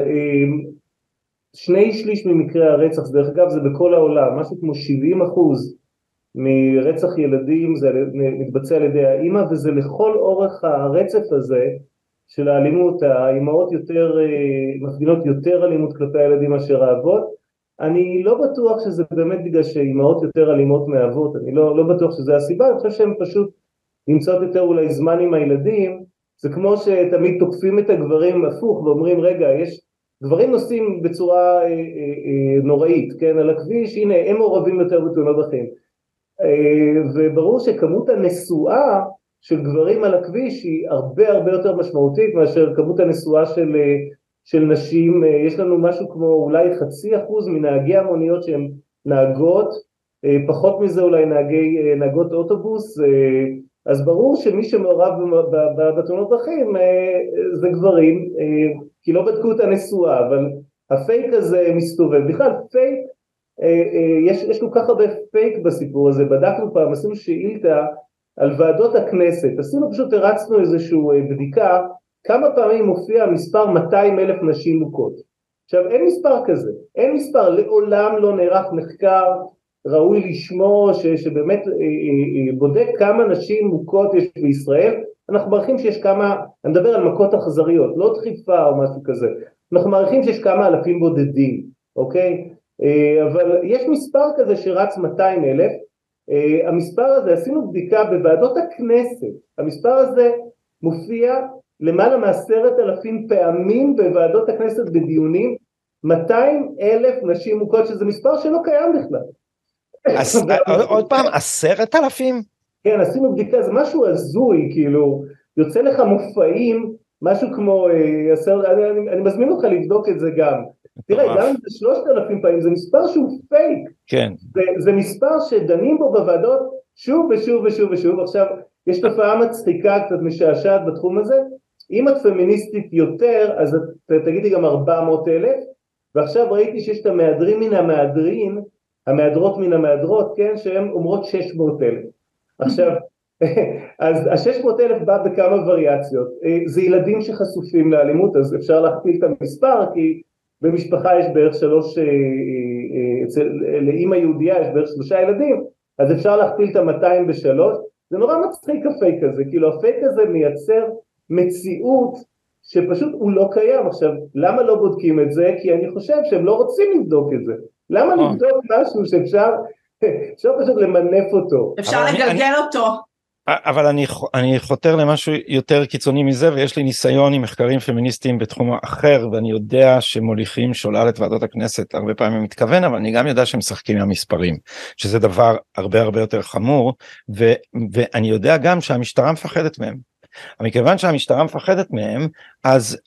שני שליש ממקרי הרצח, דרך אגב זה בכל העולם, משהו כמו שבעים אחוז מרצח ילדים זה מתבצע על ידי האמא, וזה לכל אורך הרצף הזה של האלימות, האמהות יותר, מפגינות יותר אלימות כלפי הילדים מאשר האבות. אני לא בטוח שזה באמת בגלל שאמהות יותר אלימות מאבות, אני לא, לא בטוח שזה הסיבה, אני חושב שהן פשוט נמצאות יותר אולי זמן עם הילדים, זה כמו שתמיד תוקפים את הגברים הפוך ואומרים רגע, יש גברים נוסעים בצורה אה, אה, אה, נוראית, כן, על הכביש, הנה הם מעורבים יותר בתאונות דרכים, אה, וברור שכמות הנשואה של גברים על הכביש היא הרבה הרבה יותר משמעותית מאשר כמות הנשואה של, של נשים. יש לנו משהו כמו אולי חצי אחוז מנהגי המוניות שהן נהגות, פחות מזה אולי נהגי, נהגות אוטובוס, אז ברור שמי שמעורב בתאונות דרכים זה גברים, כי לא בדקו את הנשואה, אבל הפייק הזה מסתובב. בכלל פייק, יש, יש כל כך הרבה פייק בסיפור הזה, בדקנו פעם, עשינו שאילתה, על ועדות הכנסת, עשינו פשוט הרצנו איזשהו בדיקה, כמה פעמים מופיע מספר מאתיים אלף נשים מוכות. עכשיו אין מספר כזה, אין מספר, לעולם לא נערך מחקר ראוי לשמו, ש, שבאמת אה, אה, בודק כמה נשים מוכות יש בישראל, אנחנו מעריכים שיש כמה, אני מדבר על מכות אכזריות, לא דחיפה או משהו כזה, אנחנו מעריכים שיש כמה אלפים בודדים, אוקיי? אה, אבל יש מספר כזה שרץ מאתיים אלף, Uh, המספר הזה, עשינו בדיקה בוועדות הכנסת, המספר הזה מופיע למעלה מעשרת אלפים פעמים בוועדות הכנסת בדיונים, מאתיים אלף נשים מוכות, שזה מספר שלא קיים בכלל. עוד פעם, עשרת אלפים? כן, עשינו בדיקה, זה משהו הזוי, כאילו, יוצא לך מופעים, משהו כמו, uh, אני, אני, אני מזמין אותך לבדוק את זה גם, תראה, גם אם זה שלושת אלפים פעמים, זה מספר שהוא פייק. כן. זה, זה מספר שדנים בו בוועדות שוב ושוב ושוב ושוב. עכשיו, יש תופעה מצחיקה קצת משעשעת בתחום הזה. אם את פמיניסטית יותר, אז את תגידי גם ארבע מאות אלף, ועכשיו ראיתי שיש את המהדרים מן המהדרין, המהדרות מן המהדרות, כן, שהן אומרות שש מאות אלף. עכשיו, אז ה-שש מאות אלף בא בכמה וריאציות. זה ילדים שחשופים לאלימות, אז אפשר להכפיל את המספר, כי במשפחה יש בערך שלוש, אצל, לאמא יהודייה יש בערך שלושה ילדים, אז אפשר להכפיל את ה-מאתיים בשלוש, זה נורא מצחיק הפייק הזה, כאילו הפייק הזה מייצר מציאות שפשוט הוא לא קיים. עכשיו, למה לא בודקים את זה? כי אני חושב שהם לא רוצים לבדוק את זה. למה לבדוק משהו שאפשר, אפשר פשוט למנף אותו? אפשר לגלגל אותו. אבל אני, אני חותר למשהו יותר קיצוני מזה, ויש לי ניסיון עם מחקרים פמיניסטיים בתחום אחר, ואני יודע שמוליכים שולל את ועדות הכנסת, הרבה פעמים מתכוון, אבל אני גם יודע שהם משחקים עם המספרים, שזה דבר הרבה הרבה יותר חמור, ו, ואני יודע גם שהמשטרה מפחדת מהם. מכיוון שהמשטרה מפחדת מהם, אז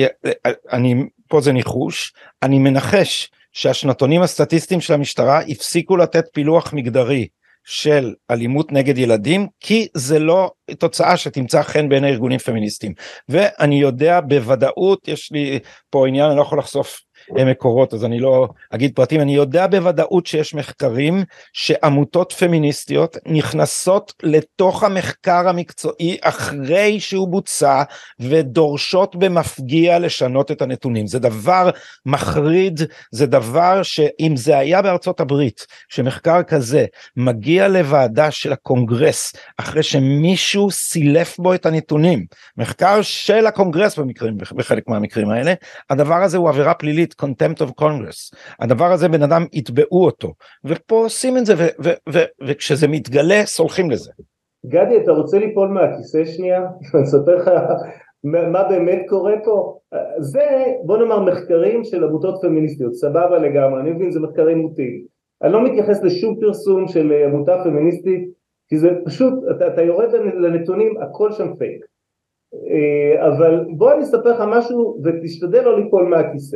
אני, פה זה ניחוש, אני מנחש שהשנתונים הסטטיסטיים של המשטרה הפסיקו לתת פילוח מגדרי, של אלימות נגד ילדים, כי זה לא תוצאה שתמצא חן בין הארגונים פמיניסטיים. ואני יודע בוודאות, יש לי פה עניין, אני לא יכול לחשוף מקורות, אז אני לא אגיד פרטים, אני יודע בוודאות שיש מחקרים שעמותות פמיניסטיות נכנסות לתוך המחקר המקצועי אחרי שהוא בוצע, ודורשות במפגיע לשנות את הנתונים. זה דבר מחריד, זה דבר שאם זה היה בארצות הברית, שמחקר כזה מגיע לוועדה של הקונגרס, אחרי שמישהו סילף בו את הנתונים, מחקר של הקונגרס במקרים, בחלק מהמקרים האלה, הדבר הזה הוא עבירה פלילית, contempt of Congress. הדבר הזה בן אדם יתבעו אותו, ופה עושים את זה, ו- ו- ו- וכשזה מתגלה, סולחים לזה. גדי, אתה רוצה ליפול מהכיסא שנייה? אני אספר לך מה באמת קורה פה. זה, בוא נאמר, מחקרים של עמותות פמיניסטיות, סבבה לגמרי, אני מבין, זה מחקרים מוטים. אני לא מתייחס לשום פרסום של עמותה פמיניסטית, כי זה פשוט, אתה, אתה יורד לנתונים, הכל שם פייק. אבל בוא אני אספר לך משהו, ותשתדל לא ליפול מהכיסא.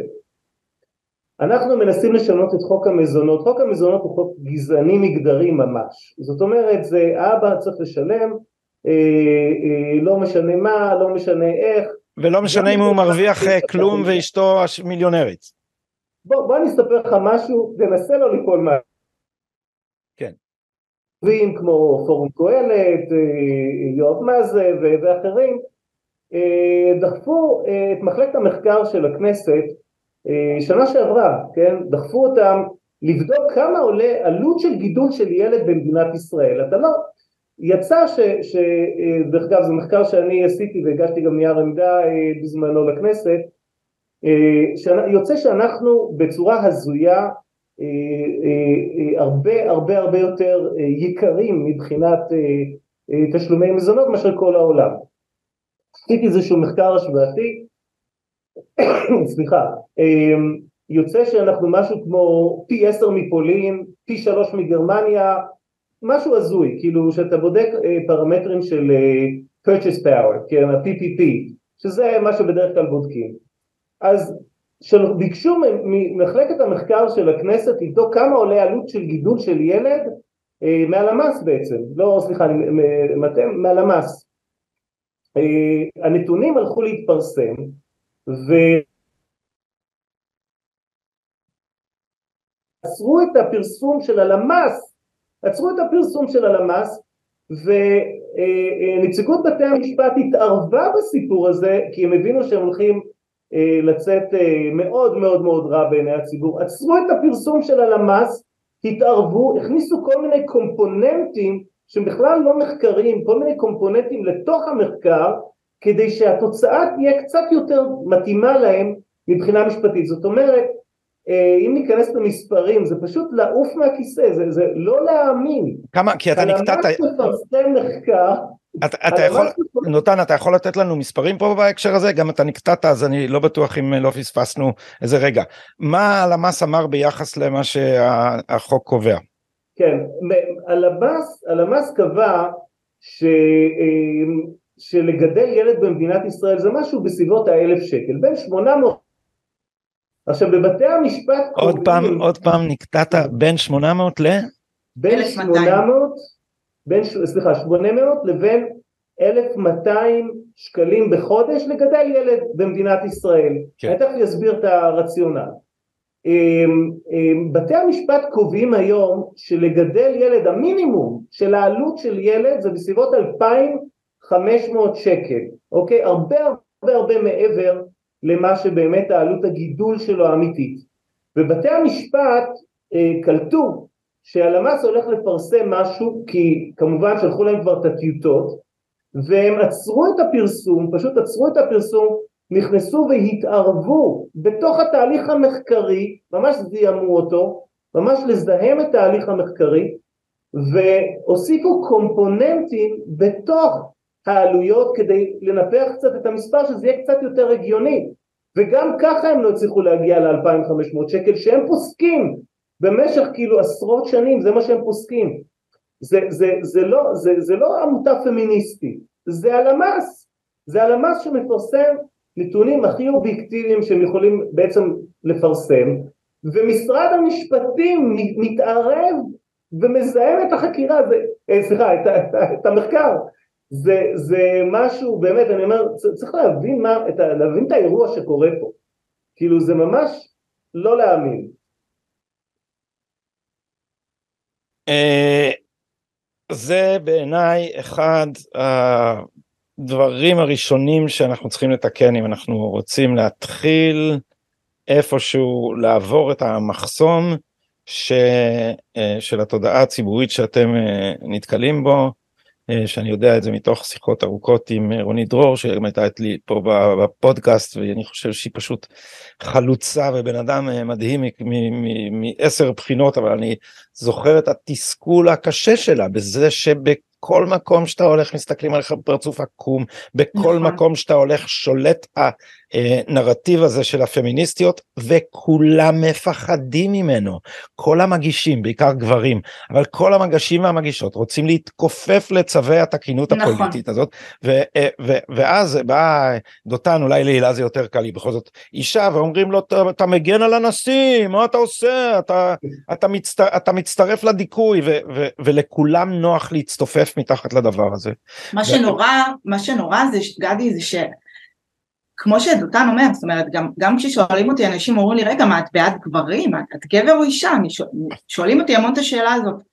אנחנו מנסים לשנות את חוק המזונות. חוק המזונות הוא חוק גזעני מגדרי ממש. זאת אומרת, זה אבא צריך לשלם, אה, אה, לא משנה מה, לא משנה איך. ולא משנה אם הוא מרוויח כלום ואשתו מיליונרית. בוא, בוא אני אספר לך משהו, תנסה לא ליפול מה... כן. כמו פורום קהלת, יואב מזה ואחרים, דחפו את מחלקת המחקר של הכנסת שנה שעברה, כן? דחפו אותם לבדוק כמה עולה עלות של גידול של ילד במדינת ישראל. אתה לא, יצא ש, ש דרך אגב זה מחקר שאני עשיתי והגשתי גם נייר עמדה בזמנו לכנסת, יוצא שאנחנו בצורה הזויה הרבה הרבה הרבה יותר יקרים מבחינת תשלומי מזונות מאשר כל העולם. עשיתי איזשהו מחקר השוואתי, סליחה, יוצא שאנחנו משהו כמו פי עשר מפולין, פי שלוש מגרמניה, משהו הזוי, כאילו שאתה בודק פרמטרים של purchase power, כן, ה-פי פי פי, שזה מה שבדרך כלל בודקים. אז ביקשו ממחלקת המחקר של הכנסת לבדוק כמה עולה עלות של גידול של ילד מהלמ"ס בעצם, לא סליחה, מהלמ"ס. הנתונים הלכו להתפרסם, ועצרו את הפרסום של הלמ"ס, עצרו את הפרסום של הלמ"ס, ונציגות בתי המשפט התערבה בסיפור הזה, כי הם הבינו שהם הולכים לצאת מאוד מאוד מאוד רע בעיני הציבור. עצרו את הפרסום של הלמ"ס, התערבו, הכניסו כל מיני קומפוננטים שבכלל לא מחקרים, כל מיני קומפוננטים לתוך המחקר, כדי שהתוצאה תהיה קצת יותר מתאימה להם מבחינה משפטית. זאת אומרת, אם ניכנס למספרים, זה פשוט לעוף מהכיסא, זה, זה לא להאמין. כמה, כי אתה נקטעת... הלמ"ס מפרסם מחקר, אתה, אתה יכול, נותן, אתה יכול לתת לנו מספרים פה בהקשר הזה? גם אתה נקטעת, אז אני לא בטוח אם לא פספסנו איזה רגע. מה הלמ"ס אמר ביחס למה שהחוק קובע? כן, הלמ"ס, הלמ"ס קבע ש, שלגדל ילד במדינת ישראל זה משהו בסביבות האלף שקל, בין שמונה מאות. עכשיו בבתי המשפט... עוד קובעים, פעם, עוד פעם נקטעת בין שמונה מאות ל... בין שמונה מאות, בין, סליחה, שמונה מאות לבין אלף ומאתיים שקלים בחודש לגדל ילד במדינת ישראל. כן. אני תכף אסביר את הרציונל. בתי המשפט קובעים היום שלגדל ילד, המינימום של העלות של ילד זה בסביבות אלפיים וחמש מאות שקל, אוקיי? הרבה הרבה הרבה מעבר למה שבאמת העלות הגידול שלו האמיתית. ובתי המשפט קלטו שהלמ"ס הולך לפרסם משהו, כי כמובן שלחו להם כבר את הטיוטות, והם עצרו את הפרסום, פשוט עצרו את הפרסום, נכנסו והתערבו בתוך התהליך המחקרי, ממש זיהמו אותו, ממש לזהם את התהליך המחקרי, והוסיפו קומפוננטים בתוך העלויות כדי לנפח קצת את המספר, שזה יהיה קצת יותר הגיוני, וגם ככה הם לא הצליחו להגיע ל-אלפיים וחמש מאות שקל, שהם פוסקים במשך כאילו עשרות שנים, זה מה שהם פוסקים. זה, זה, זה לא, זה, זה לא עמותה פמיניסטית, זה הלמ"ס, זה הלמ"ס שמפרסם נתונים הכי אובייקטיביים שהם יכולים בעצם לפרסם, ומשרד המשפטים מתערב ומזהם את החקירה, זה, סליחה, את, את, את המחקר. זה, זה משהו, באמת, אני אומר, צריך להבין מה, את, להבין את האירוע שקורה פה. כאילו זה ממש לא להאמין. זה בעיניי אחד הדברים הראשונים שאנחנו צריכים לתקן, אם אנחנו רוצים להתחיל איפשהו לעבור את המחסום ש, של התודעה הציבורית שאתם נתקלים בו, שאני יודע את זה מתוך שיחות ארוכות עם רוני דרור, שגם הייתה לי פה בפודקאסט, ואני חושב שהיא פשוט חלוצה ובן אדם מדהים מעשר בחינות, אבל אני זוכר את התסכול הקשה שלה, בזה שבכל מקום שאתה הולך מסתכלים עליך בפרצוף עקום, בכל מקום שאתה הולך שולט הנרטיב הזה של הפמיניסטיות, וכולם מפחדים ממנו, כל המגישים, בעיקר גברים, אבל כל המגשים והמגישות רוצים להתכופף לצווי התקינות הפוליטית הזאת, ואז באה דותן, אולי לילה זה יותר קל, היא בכל זאת אישה, ואומרים לו, אתה מגן על הנשיא, מה אתה עושה? אתה מצטרף לדיכוי, ולכולם נוח להצטופף מתחת לדבר הזה. מה שנורא, מה שנורא זה, גדי, זה ש... כמו שדותן אומר, זאת אומרת, גם, גם כששואלים אותי, אנשים אומרים לי, רגע, מה, את בעד גברים? את, את גבר או אישה? אני שואל, שואלים אותי המון את השאלה הזאת,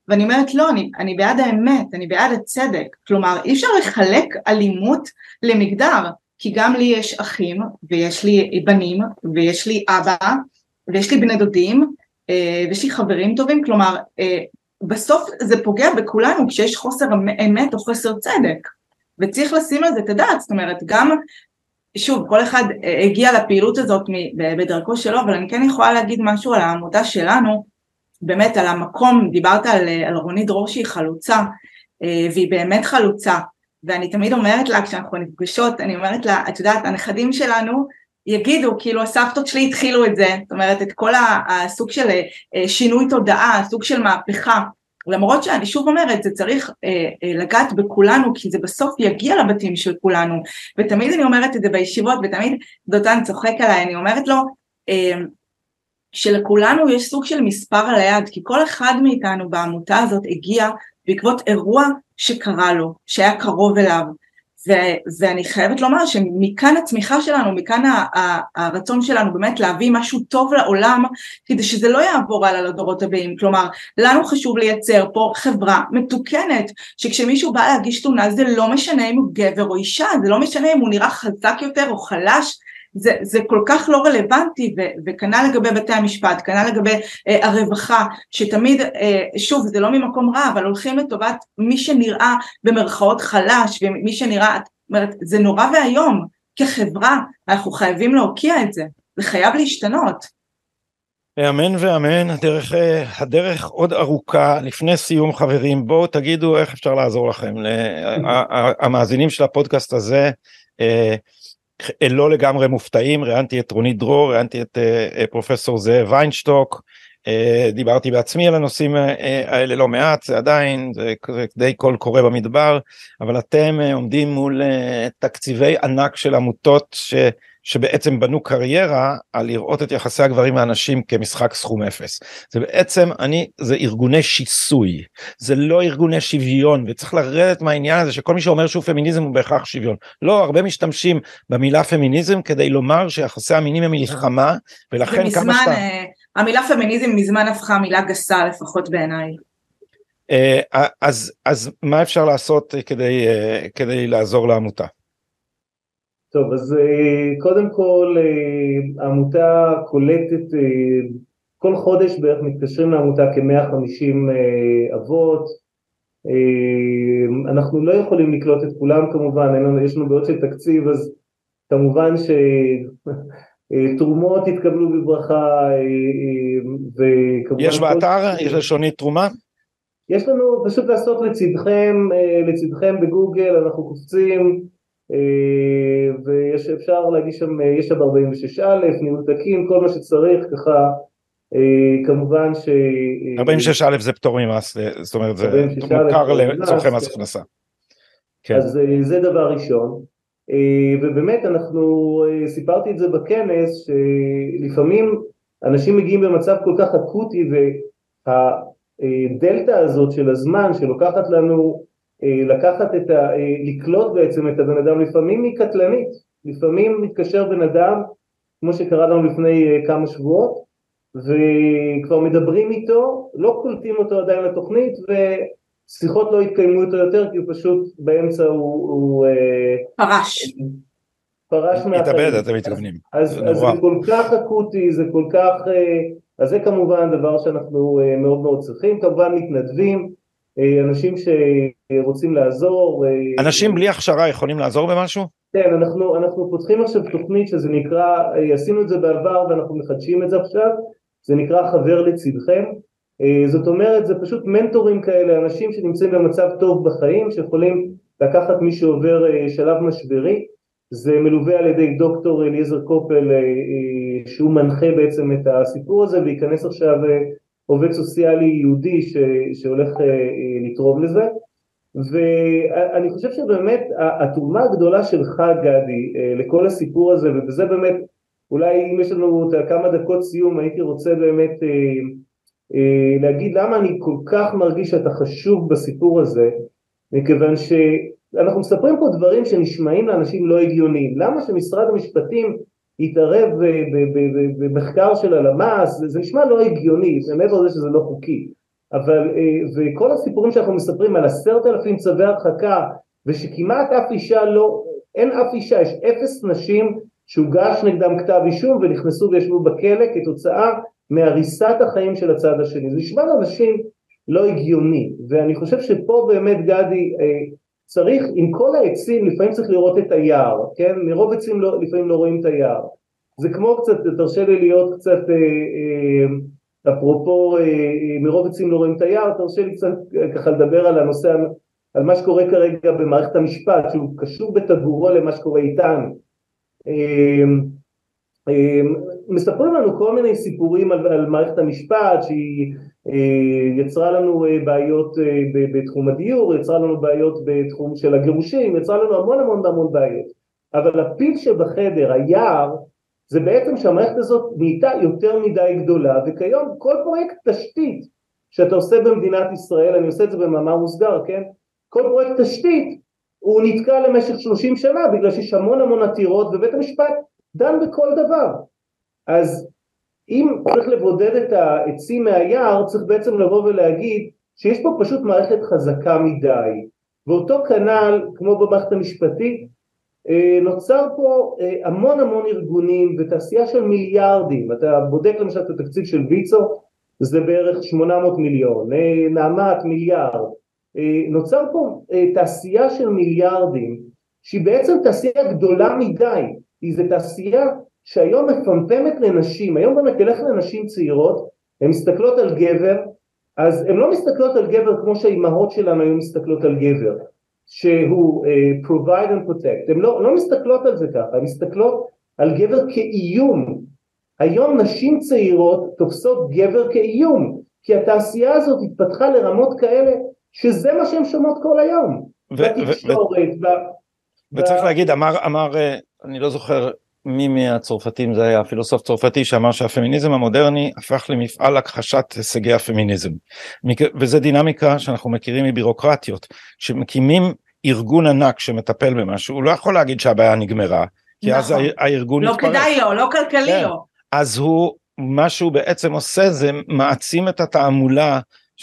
ואני אומרת לא, אני, אני בעד האמת, אני בעד הצדק, כלומר אי אפשר לחלק אלימות למגדר, כי גם לי יש אחים, ויש לי בנים, ויש לי אבא, ויש לי בני דודים, ויש לי חברים טובים, כלומר בסוף זה פוגע בכולנו כשיש חוסר אמת או חוסר צדק, וצריך לשים על זה את הדעת, זאת אומרת גם, שוב, כל אחד הגיע לפעילות הזאת בדרכו שלו, אבל אני כן יכולה להגיד משהו על העמותה שלנו, באמת על המקום, דיברת על, על רונית דרור שהיא חלוצה, והיא באמת חלוצה, ואני תמיד אומרת לה, כשאנחנו נפגשות, אני אומרת לה, את יודעת, הנכדים שלנו יגידו, כאילו הסבתות שלי התחילו את זה, זאת אומרת, את כל הסוג של שינוי תודעה, הסוג של מהפכה, למרות שאני שוב אומרת, זה צריך אה, אה, לגעת בכולנו, כי זה בסוף יגיע לבתים של כולנו, ותמיד אני אומרת את זה בישיבות, ותמיד דותן צוחק עליי, אני אומרת לו, אה, שלכולנו יש סוג של מספר על היד, כי כל אחד מאיתנו בעמותה הזאת הגיע בעקבות אירוע שקרה לו, שהיה קרוב אליו, ו- ואני חייבת לומר שמכאן הצמיחה שלנו, מכאן ה- ה- הרצון שלנו באמת להביא משהו טוב לעולם, כדי שזה לא יעבור על הדורות הבאים, כלומר, לנו חשוב לייצר פה חברה מתוקנת, שכשמישהו בא להגיש תלונה, זה לא משנה אם הוא גבר או אישה, זה לא משנה אם הוא נראה חזק יותר או חלש, זה, זה כל כך לא רלוונטי, ו- וכנ"ל לגבי בתי המשפט, כנ"ל לגבי אה, הרווחה, שתמיד, אה, שוב, זה לא ממקום רע, אבל הולכים לטובת מי שנראה במרכאות חלש, ומי שנראה, אומרת, זה נורא והיום, כחברה, אנחנו חייבים להוקיע את זה, זה חייב להשתנות. אמן ואמן, הדרך, הדרך עוד ארוכה, לפני סיום חברים, בואו תגידו איך אפשר לעזור לכם, המאזינים של הפודקאסט הזה, לא לגמרי מופתעים, ראיינתי את רונית דרור, ראיינתי את פרופסור זאב ויינשטוק, דיברתי בעצמי על הנושאים האלה לא מעט, זה עדיין, זה די קול קורא במדבר, אבל אתם עומדים מול תקציבי ענק של עמותות ש... שבעצם בנו קריירה על לראות את יחסי הגברים והנשים כמשחק סכום אפס. זה בעצם, אני, זה ארגוני שיסוי, זה לא ארגוני שוויון, וצריך לרדת מהעניין הזה שכל מי שאומר שהוא פמיניזם הוא בהכרח שוויון. לא, הרבה משתמשים במילה פמיניזם כדי לומר שיחסי המינים הם מלחמה, ולכן ומזמן, כמה שאתה... המילה פמיניזם מזמן הפכה מילה גסה לפחות בעיניי. אז, אז מה אפשר לעשות כדי, כדי לעזור לעמותה? טוב, אז קודם כל העמותה קולטת, כל חודש בערך מתקשרים לעמותה כ-מאה וחמישים אבות, אנחנו לא יכולים לקלוט את כולם כמובן, יש לנו בעיות של תקציב, אז כמובן שתרומות יתקבלו בברכה, וכמובן... יש באתר, יש לשונית תרומה? יש לנו פשוט לעשות לצדכם, לצדכם בגוגל, אנחנו קופצים, ויש אפשר להגיש שם, יש שם ארבעים ושש א', ניהול תקין, כל מה שצריך, ככה, כמובן ש... ארבעים ושש א' זה פטור ממס, זאת אומרת, זה מוכר לצורכי מס הכנסה. אז זה דבר ראשון, ובאמת אנחנו, סיפרתי את זה בכנס, שלפעמים אנשים מגיעים במצב כל כך אקוטי, והדלטה הזאת של הזמן שלוקחת לנו, לקחת את ה... לקלוט בעצם את הבן אדם, לפעמים היא קטלנית, לפעמים מתקשר בן אדם, כמו שקרה לנו לפני כמה שבועות, וכבר מדברים איתו, לא קולטים אותו עדיין לתוכנית, ושיחות לא התקיימו איתו יותר, כי הוא פשוט באמצע הוא... הוא פרש. פרש מהחיים. התאבד, אתם מתכוונים. אז, אז זה כל כך אקוטי, זה כל כך... אז זה כמובן דבר שאנחנו מאוד מאוד צריכים, כמובן מתנדבים, אנשים שרוצים לעזור. אנשים בלי הכשרה יכולים לעזור במשהו? כן, אנחנו, אנחנו פותחים עכשיו תוכנית שזה נקרא, עשינו את זה בעבר ואנחנו מחדשים את זה עכשיו, זה נקרא חבר לצדכם, זאת אומרת זה פשוט מנטורים כאלה, אנשים שנמצאים במצב טוב בחיים, שיכולים לקחת מי שעובר שלב משברי, זה מלווה על ידי דוקטור אליעזר קופל, שהוא מנחה בעצם את הסיפור הזה, וייכנס עכשיו עובד סוציאלי יהודי ש, שהולך לתרום לזה, ואני חושב שבאמת התרומה הגדולה שלך גדי לכל הסיפור הזה, ובזה באמת אולי אם יש לנו כמה דקות סיום הייתי רוצה באמת להגיד למה אני כל כך מרגיש שאתה חשוב בסיפור הזה, מכיוון שאנחנו מספרים פה דברים שנשמעים לאנשים לא הגיוניים, למה שמשרד המשפטים יתערב במחקר של הלמ"ס, זה נשמע לא הגיוני, מעבר לזה שזה לא חוקי, אבל, וכל הסיפורים שאנחנו מספרים על עשרת אלפים צווי הרחקה, ושכמעט אף אישה לא, אין אף אישה, יש אפס נשים שהוגש נגדם כתב אישום ונכנסו וישבו בכלא כתוצאה מהריסת החיים של הצד השני. זה נשמע לאנשים לא הגיוני, ואני חושב שפה באמת גדי צריך, עם כל העצים לפעמים צריך לראות את היער, כן? מרוב עצים לא, לפעמים לא רואים את היער. זה כמו קצת, תרשה לי להיות קצת, אה, אה, אפרופו, אה, מרוב עצים לא רואים את היער, תרשה לי קצת ככה לדבר על הנושא, על מה שקורה כרגע במערכת המשפט, שהוא קשור בטבורו למה שקורה איתנו. אה, אה, מספרים לנו כל מיני סיפורים על, על מערכת המשפט, שהיא אה, יצרה לנו אה, בעיות אה, בתחום הדיור, יצרה לנו בעיות בתחום של הגירושים, יצרה לנו המון המון המון בעיות. אבל הפיל שבחדר, היער, זה בעצם שהמערכת הזאת נהייתה יותר מדי גדולה, וכיום כל פרויקט תשתית שאתה עושה במדינת ישראל, אני עושה את זה במאמר מוסגר, כן? כל פרויקט תשתית הוא נתקע למשך שלושים שנה, בגלל שיש המון המון עתירות, ובית המשפט דן בכל דבר. אז אם צריך לבודד את העצים מהיער, צריך בעצם לבוא ולהגיד שיש פה פשוט מערכת חזקה מדי, ואותו כנל, כמו במערכת המשפטית, נוצר פה המון המון ארגונים ותעשייה של מיליארדים. אתה בודק למשל את התקציב של ויצו, זה בערך שמונה מאות מיליון, נעמת מיליארד. נוצר פה תעשייה של מיליארדים, שהיא בעצם תעשייה גדולה מדי, היא זו תעשייה שהיום מפמפמת לנשים, היום באמת תלך לנשים צעירות, הן מסתכלות על גבר, אז הן לא מסתכלות על גבר כמו שהאימהות שלנו היו מסתכלות על גבר, שהוא uh, provide and protect, הן לא, לא מסתכלות על זה ככה, הן מסתכלות על גבר כאיום. היום נשים צעירות תופסות גבר כאיום, כי התעשייה הזאת התפתחה לרמות כאלה, שזה מה שהן שומעות כל היום. בתקשורת, ב... וצריך להגיד, אמר, אמר, אני לא זוכר מי מהצרפתים, זה היה פילוסוף צרפתי שאמר שהפמיניזם המודרני הפך למפעל הכחשת הישגי הפמיניזם, וזה דינמיקה שאנחנו מכירים מבירוקרטיות, שמקימים ארגון ענק שמטפל במשהו, הוא לא יכול להגיד שהבעיה נגמרה, כי אז הארגון לא כדאי לו, לא כלכלי לו. אז הוא, מה שהוא בעצם עושה זה מעצים את התעמולה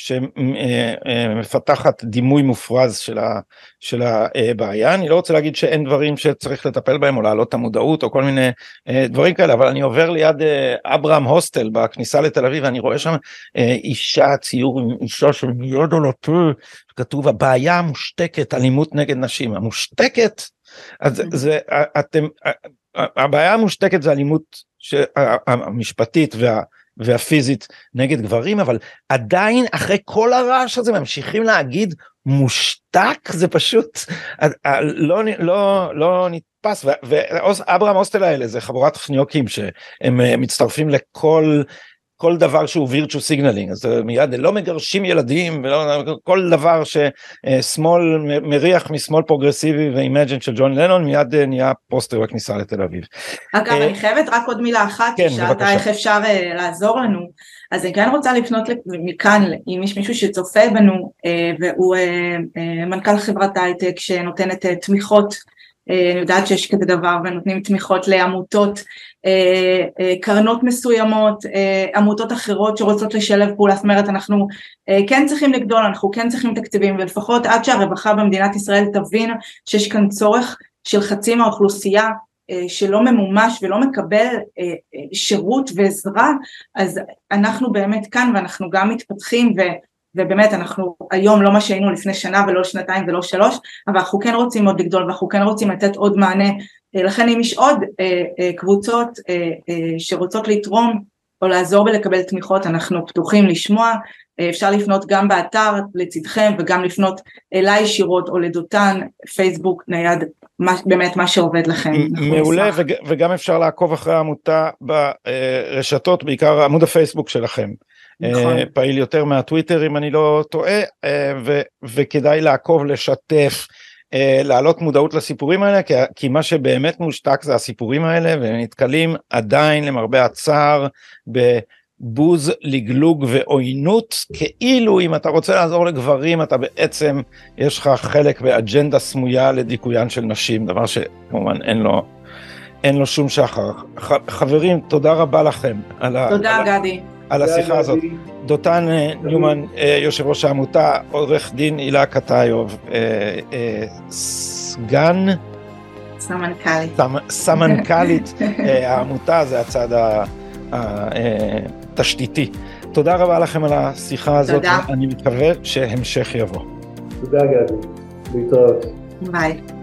שמפתחת דימוי מופרז של, ה, של הבעיה. אני לא רוצה להגיד שאין דברים שצריך לטפל בהם או להעלות את המודעות או כל מיני דברים כאלה, אבל אני עובר ליד אברהם הוסטל בכניסה לתל אביב ואני רואה שם אישה, ציור עם אישה של מיד על הפה, כתוב הבעיה המושתקת, אלימות נגד נשים, המושתקת, אז זה, אתם, הבעיה המושתקת זה אלימות המשפטית וה והפיזית נגד גברים, אבל עדיין אחרי כל הרעש הזה ממשיכים להגיד מושתק, זה פשוט לא, לא, לא נתפס. ואברהם הוסטל האלה זה חבורת חניוקים שהם מצטרפים לכל כל דבר שהוא וירצ'ו סיגנלינג, אז מיד לא מגרשים ילדים, ולא, כל דבר ששמאל מריח משמאל פרוגרסיבי ואימג'ן של ג'ון לנון, מיד נהיה פוסטר בכניסה לתל אביב. אגב, אני חייבת רק עוד מילה אחת, שאתה איך אפשר לעזור לנו, אז אני כן רוצה לפנות מכאן, אם יש מישהו שצופה בנו, והוא מנכ"ל חברת הייטק שנותנת תמיכות, אני יודעת שיש כזה דבר, ונותנים תמיכות לעמותות, קרנות מסוימות, עמותות אחרות שרוצות לשלב פעולה, זאת אומרת, אנחנו כן צריכים לגדול, אנחנו כן צריכים תקציבים, ולפחות עד שהרווחה במדינת ישראל תבין שיש כאן צורך של חצי מהאוכלוסייה, שלא ממומש ולא מקבל שירות ועזרה, אז אנחנו באמת כאן, ואנחנו גם מתפתחים, ו... ובאמת אנחנו היום לא מה שהיינו לפני שנה ולא שנתיים ולא שלוש, אבל אנחנו כן רוצים עוד לגדול ואנחנו כן רוצים לתת עוד מענה, לכן אם יש עוד קבוצות שרוצות לתרום או לעזור ולקבל תמיכות, אנחנו פתוחים לשמוע, אפשר לפנות גם באתר לצדכם וגם לפנות אליי ישירות או לדותן, פייסבוק, נייד, באמת מה שעובד לכם. מעולה, וגם אפשר לעקוב אחרי העמותה ברשתות, בעיקר עמוד הפייסבוק שלכם. נכון. פעיל יותר מהטוויטר אם אני לא טועה, ו- וכדאי לעקוב, לשתף, להעלות מודעות לסיפורים האלה, כי, כי מה שבאמת מושתק זה הסיפורים האלה, ונתקלים עדיין למרבה הצער בבוז, לגלוג ועוינות, כאילו אם אתה רוצה לעזור לגברים, אתה בעצם יש לך חלק באג'נדה סמויה לדיכויין של נשים, דבר שכמובן אין לו, אין לו שום שחר. ח- חברים, תודה רבה לכם. תודה על גדי. על השיחה הזאת. דותן ניומן, יושב ראש העמותה, עורך דין הילה קטאיוב, סגן סמנכ"לית סמנכ"לית העמותה, זה הצד התשתיתי. תודה רבה לכם על השיחה הזאת. תודה. אני מקווה שהמשך יבוא. תודה גדי, להתראות. ביי.